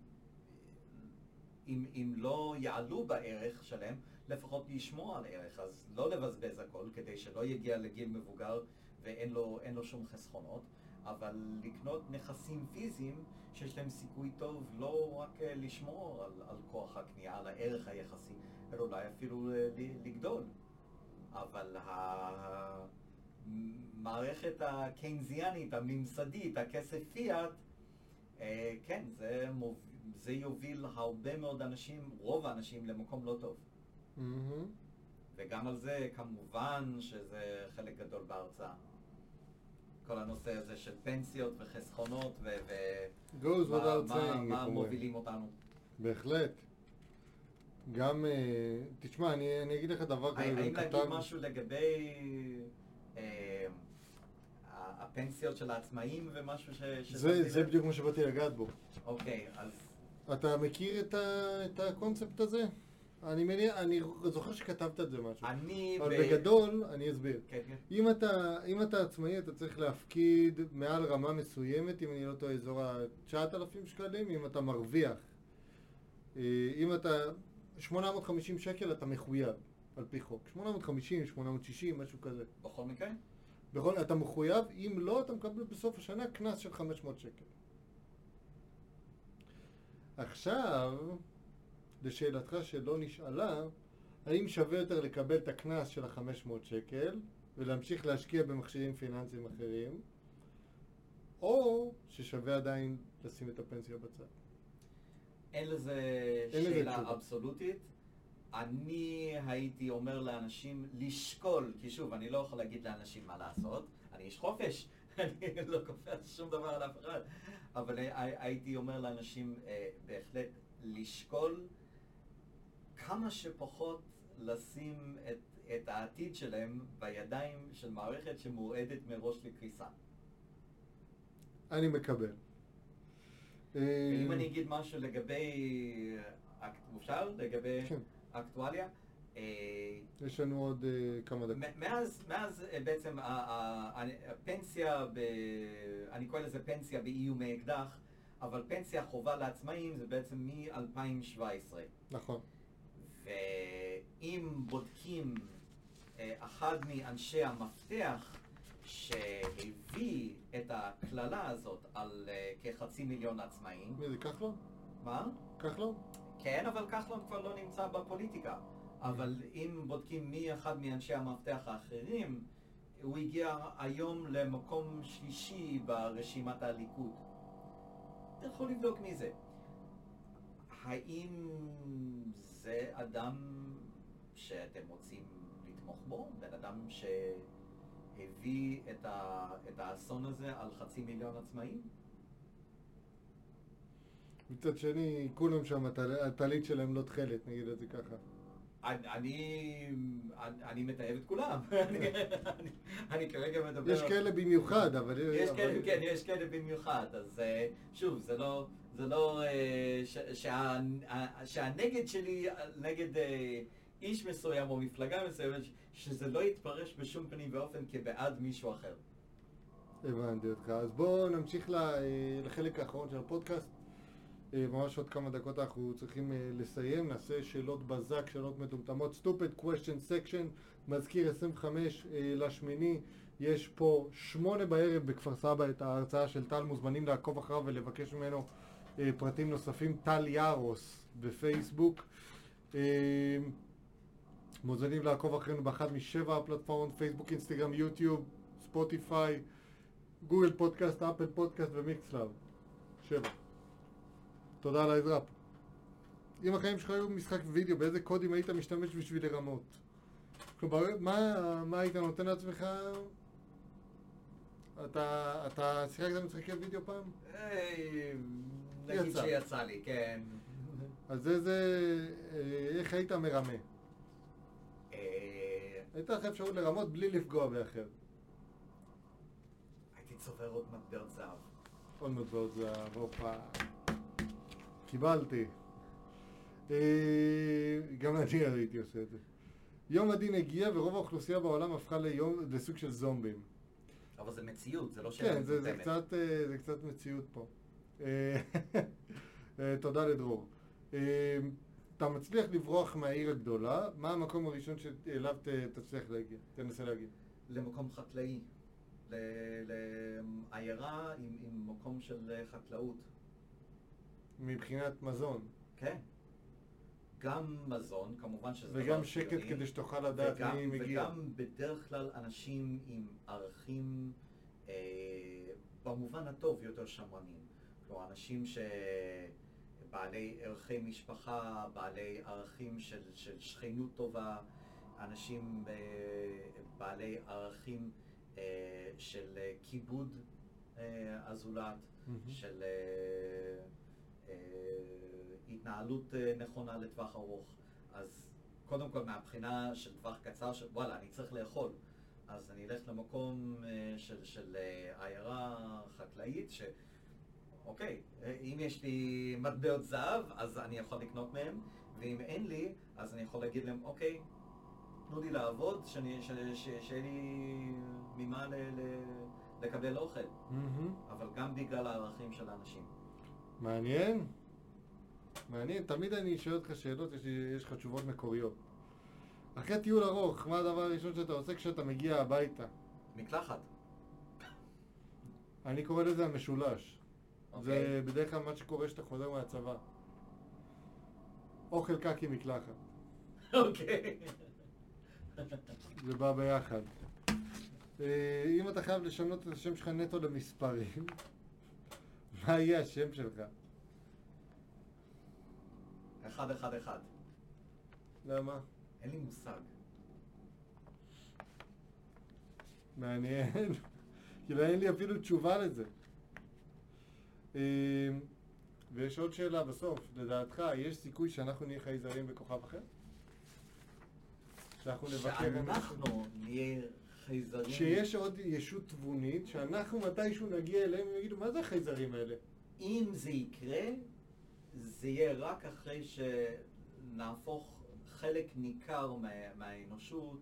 אם, אם לא יעלו בערך שלהם, לפחות ישמור על ערך. אז לא לבזבז הכל כדי שלא יגיע לגיל מבוגר ואין לו, אין לו שום חסכונות, אבל לקנות נכסים פיזיים שיש להם סיכוי טוב לא רק לשמור על, על כוח הקנייה, על הערך היחסי, אלא אולי אפילו לגדול. אבל המערכת הקיינזיאנית, הממסדית, הכסף פיאט, כן, זה, מוב... זה יוביל הרבה מאוד אנשים, רוב האנשים, למקום לא טוב. Mm-hmm. וגם על זה כמובן שזה חלק גדול בהרצאה. כל הנושא הזה של פנסיות וחסכונות ו... goes without saying. מה מובילים אותנו. בהחלט. גם, תשמע, אני, אני אגיד לך דבר כזה. האם להגיד משהו לגבי אה, הפנסיות של העצמאים ומשהו ש... זה, זה בדיוק מה שבאתי לגעת בו. אוקיי, אז... אתה מכיר את, ה, את הקונספט הזה? אני מניח, אני זוכר שכתבת את זה משהו. אני... אבל ב... בגדול, אני אסביר. כן, כן. אם אתה, אם אתה עצמאי, אתה צריך להפקיד מעל רמה מסוימת, אם אני לא טועה, אזור ה-תשעת אלפים שקלים, אם אתה מרוויח. אם אתה... שמונה מאות וחמישים שקל אתה מחויב, על פי חוק. שמונה מאות וחמישים, שמונה מאות ושישים, משהו כזה. בכל מקרה? בכל... אתה מחויב, אם לא, אתה מקבל בסוף השנה קנס של חמש מאות שקל. עכשיו... לשאלתך שלא נשאלה, האם שווה יותר לקבל את הקנס של ה-חמש מאות שקל ולהמשיך להשקיע במכשירים פיננסיים אחרים, או ששווה עדיין לשים את הפנסיה בצד? אין לזה אין שאלה לזה אבסולוטית. אני הייתי אומר לאנשים לשקול, כי שוב, אני לא יכול להגיד לאנשים מה לעשות, אני איש חופש, אני לא כופה שום דבר על אף אחד, אבל הייתי אומר לאנשים אה, בהחלט לשקול כמה שפחות לשים את, את העתיד שלהם בידיים של מערכת שמועדת מראש לקריסה. אני מקבל. אם אני אגיד משהו לגבי, אפשר? לגבי כן. אקטואליה? יש לנו עוד כמה דקות. מאז, מאז בעצם הפנסיה, ב, אני קורא לזה פנסיה באיומי אקדח, אבל פנסיה חובה לעצמאים זה בעצם מ-אלפיים שבע עשרה. נכון. ואם בודקים אחד מאנשי המפתח שהביא את הכללה הזאת על כחצי מיליון עצמאים. מי זה, כחלון? מה? כחלון? כן, אבל כחלון כבר לא נמצא בפוליטיקה. אבל אם בודקים מי אחד מאנשי המפתח האחרים, הוא הגיע היום למקום שלישי ברשימת הליכוד. אתה יכול לבדוק מי זה. האם זה אדם שאתם רוצים לתמוך בו? בן אדם שהביא את, ה... את האסון הזה על חצי מיליון עצמאים? מצד שני, כולם שם, הטלית שלהם לא תכלת, נגיד את זה ככה. אני, אני, אני מתאהב את כולם. אני, אני, אני כרגע מדבר... יש כאלה במיוחד, אבל... יש כאלה, כן, יש כאלה במיוחד. אז שוב, זה לא... זה לא ש, שה, שהנגד שלי נגד איש מסוים או מפלגה מסוימת, שזה לא יתפרש בשום פנים ואופן כבעד מישהו אחר. הבנתי אותך. אז בואו נמשיך לחלק האחרון של הפודקאסט. ממש עוד כמה דקות אנחנו צריכים לסיים. נעשה שאלות בזק, שאלות מטומטמות. stupid question section. מזכיר עשרים וחמישה לשמיני. יש פה שמונה בערב בכפר סבא את ההרצאה של טל. מוזמנים לעקוב אחריו ולבקש ממנו פרטים נוספים. טל יארוס בפייסבוק. מוזמנים לעקוב אחרינו באחת משבע הפלטפורמות, פייסבוק, אינסטגרם, יוטיוב, ספוטיפיי, גוגל פודקאסט, אפל פודקאסט ומיקסלאב. שבע. תודה על העזרה. אם החיים שלך היו משחק וידאו, באיזה קודים היית משתמש בשביל לרמות? כלומר, מה, מה היית נותן לעצמך? אתה, אתה שיחקת משחקי וידאו פעם? נגיד שיצא לי, כן. אז איזה, איך היית מרמה? הייתה לך אפשרות לרמות בלי לפגוע באחר. הייתי צובר עוד מטבעות זהב. עוד מטבעות זהב, הופה. קיבלתי. גם אני הייתי עושה את זה. יום הדין הגיע ורוב האוכלוסייה בעולם הפכה ליום, לסוג של זומבים. אבל זה מציאות, זה לא שאלה מטומטמת. כן, זה, זה, קצת, זה קצת מציאות פה. תודה לדרור. אתה מצליח לברוח מהעיר הגדולה, מה המקום הראשון שאליו תצליח להגיע? תנסה להגיע. למקום חקלאי. לעיירה עם, עם מקום של חקלאות. מבחינת מזון. כן. גם מזון, כמובן שזה וגם שקט ציוני, כדי שתוכל לדעת וגם, מי מגיע. וגם בדרך כלל אנשים עם ערכים אה, במובן הטוב יותר שמרנים. כלומר, אנשים ש... בעלי ערכי משפחה, בעלי ערכים של, של שכנות טובה, אנשים אה, בעלי ערכים אה, של אה, כיבוד אה, הזולת, mm-hmm. של אה, אה, התנהלות אה, נכונה לטווח ארוך. אז קודם כל מהבחינה של טווח קצר, של וואלה, אני צריך לאכול. אז אני אלך למקום אה, של, של אה, עיירה חקלאית, ש... אוקיי, אם יש לי מטבעות זהב, אז אני יכול לקנות מהם, ואם אין לי, אז אני יכול להגיד להם, אוקיי, תנו לי לעבוד, שיהיה לי ממה ל, ל, לקבל אוכל. Mm-hmm. אבל גם בגלל הערכים של האנשים. מעניין. מעניין, תמיד אני שואל אותך שאלות, יש, יש לך תשובות מקוריות. אחרי טיול ארוך, מה הדבר הראשון שאתה עושה כשאתה מגיע הביתה? מקלחת. אני קורא לזה המשולש. Okay. זה אוקיי. בדרך כלל מה שקורה שאתה חוזר מהצבא. אוכל קקי מקלחת. אוקיי. זה בא ביחד. אם אתה חייב לשנות את השם שלך נטו למספרים, מה יהיה השם שלך? אחד אחד אחד. למה? אין לי מושג. מעניין. כאילו אין לי אפילו תשובה לזה. ויש עוד שאלה בסוף, לדעתך, יש סיכוי שאנחנו נהיה חייזרים בכוכב אחר? שאנחנו שאנחנו נהיה חייזרים? שיש עוד ישות תבונית, שאנחנו מתישהו נגיע אליהם ויגידו, מה זה החייזרים האלה? אם זה יקרה, זה יהיה רק אחרי שנהפוך חלק ניכר מה, מהאנושות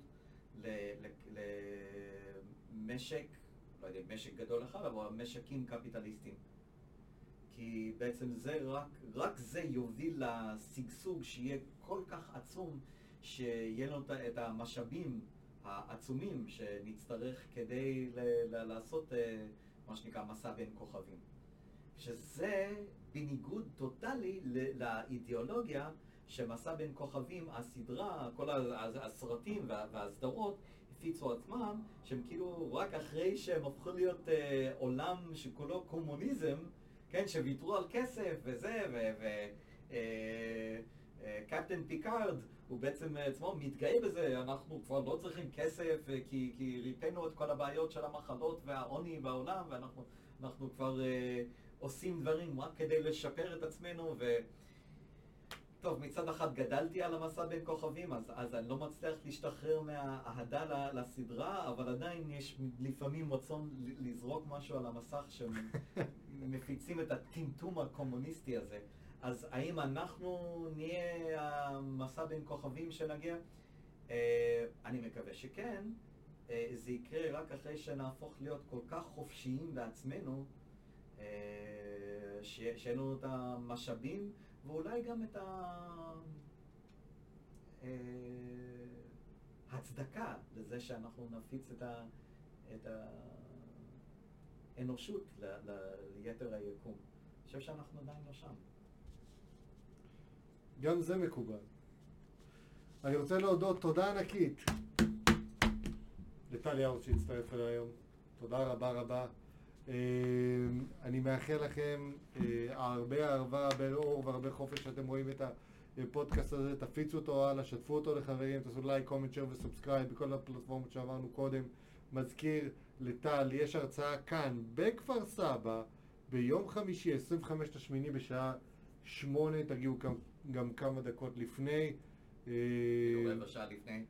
למשק, לא יודע, משק גדול אחד, אבל משקים קפיטליסטיים. כי בעצם זה רק, רק זה יוביל לשגשוג שיהיה כל כך עצום, שיהיה לנו את המשאבים העצומים שנצטרך כדי ל- ל- לעשות מה שנקרא מסע בין כוכבים. שזה בניגוד טוטלי לאידיאולוגיה שמסע בין כוכבים, הסדרה, כל הסרטים והסדרות הפיצו עצמם, שהם כאילו רק אחרי שהם הפכו להיות אה, עולם שכולו קומוניזם, כן, שוויתרו על כסף וזה, וקפטן פיקארד הוא בעצם עצמו מתגאה בזה, אנחנו כבר לא צריכים כסף כי, כי ריפאנו את כל הבעיות של המחלות והעוני בעולם, ואנחנו אנחנו כבר אה, עושים דברים רק כדי לשפר את עצמנו. ו... טוב, מצד אחד גדלתי על המסע בין כוכבים, אז, אז אני לא מצליח להשתחרר מהאהדה לסדרה, אבל עדיין יש לפעמים רצון לזרוק משהו על המסך שמפיצים את הטמטום הקומוניסטי הזה. אז האם אנחנו נהיה המסע בין כוכבים שנגיע? אה, אני מקווה שכן. זה יקרה רק אחרי שנהפוך להיות כל כך חופשיים בעצמנו, שיהיה לנו את המשאבים ואולי גם את ההצדקה לזה שאנחנו נפיץ את, ה, את האנושות ל, ל, ליתר היקום. אני חושב שאנחנו עדיין לא שם. גם זה מקובל. אני רוצה להודות תודה ענקית לטל יאור שהצטרף אליי היום. תודה רבה רבה. אני מאחל לכם הרבה אהבה, הרבה אור והרבה חופש שאתם רואים את הפודקאסט הזה. תפיצו אותו הלאה, שתפו אותו לחברים, תעשו לייק, קומנט, שייר וסובסקרייב בכל הפלטפורמות שאמרנו קודם. מזכיר לטל, יש הרצאה כאן בכפר סבא ביום חמישי עשרים וחמישה לשמיני בשעה שמונה, תגיעו גם, גם כמה דקות לפני. רבע שעה לפני.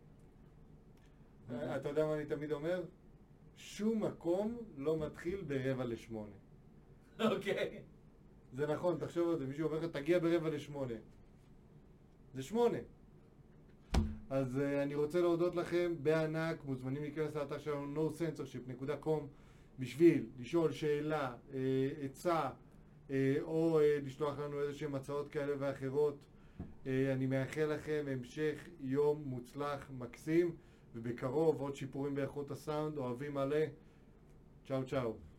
אתה יודע מה אני תמיד אומר? שום מקום לא מתחיל ברבע לשמונה. אוקיי. זה נכון, תחשוב על זה, מישהו אומר לך, תגיע ברבע לשמונה. זה שמונה. אז uh, אני רוצה להודות לכם בענק, מוזמנים להיכנס לאתר שלנו נו סנסורשיפ דוט קום בשביל לשאול שאלה, uh, עצה, uh, או uh, לשלוח לנו איזה שהן הצעות כאלה ואחרות. Uh, אני מאחל לכם המשך יום מוצלח, מקסים, ובקרוב עוד שיפורים באיכות הסאונד. אוהבים מלא. צ'או צ'או.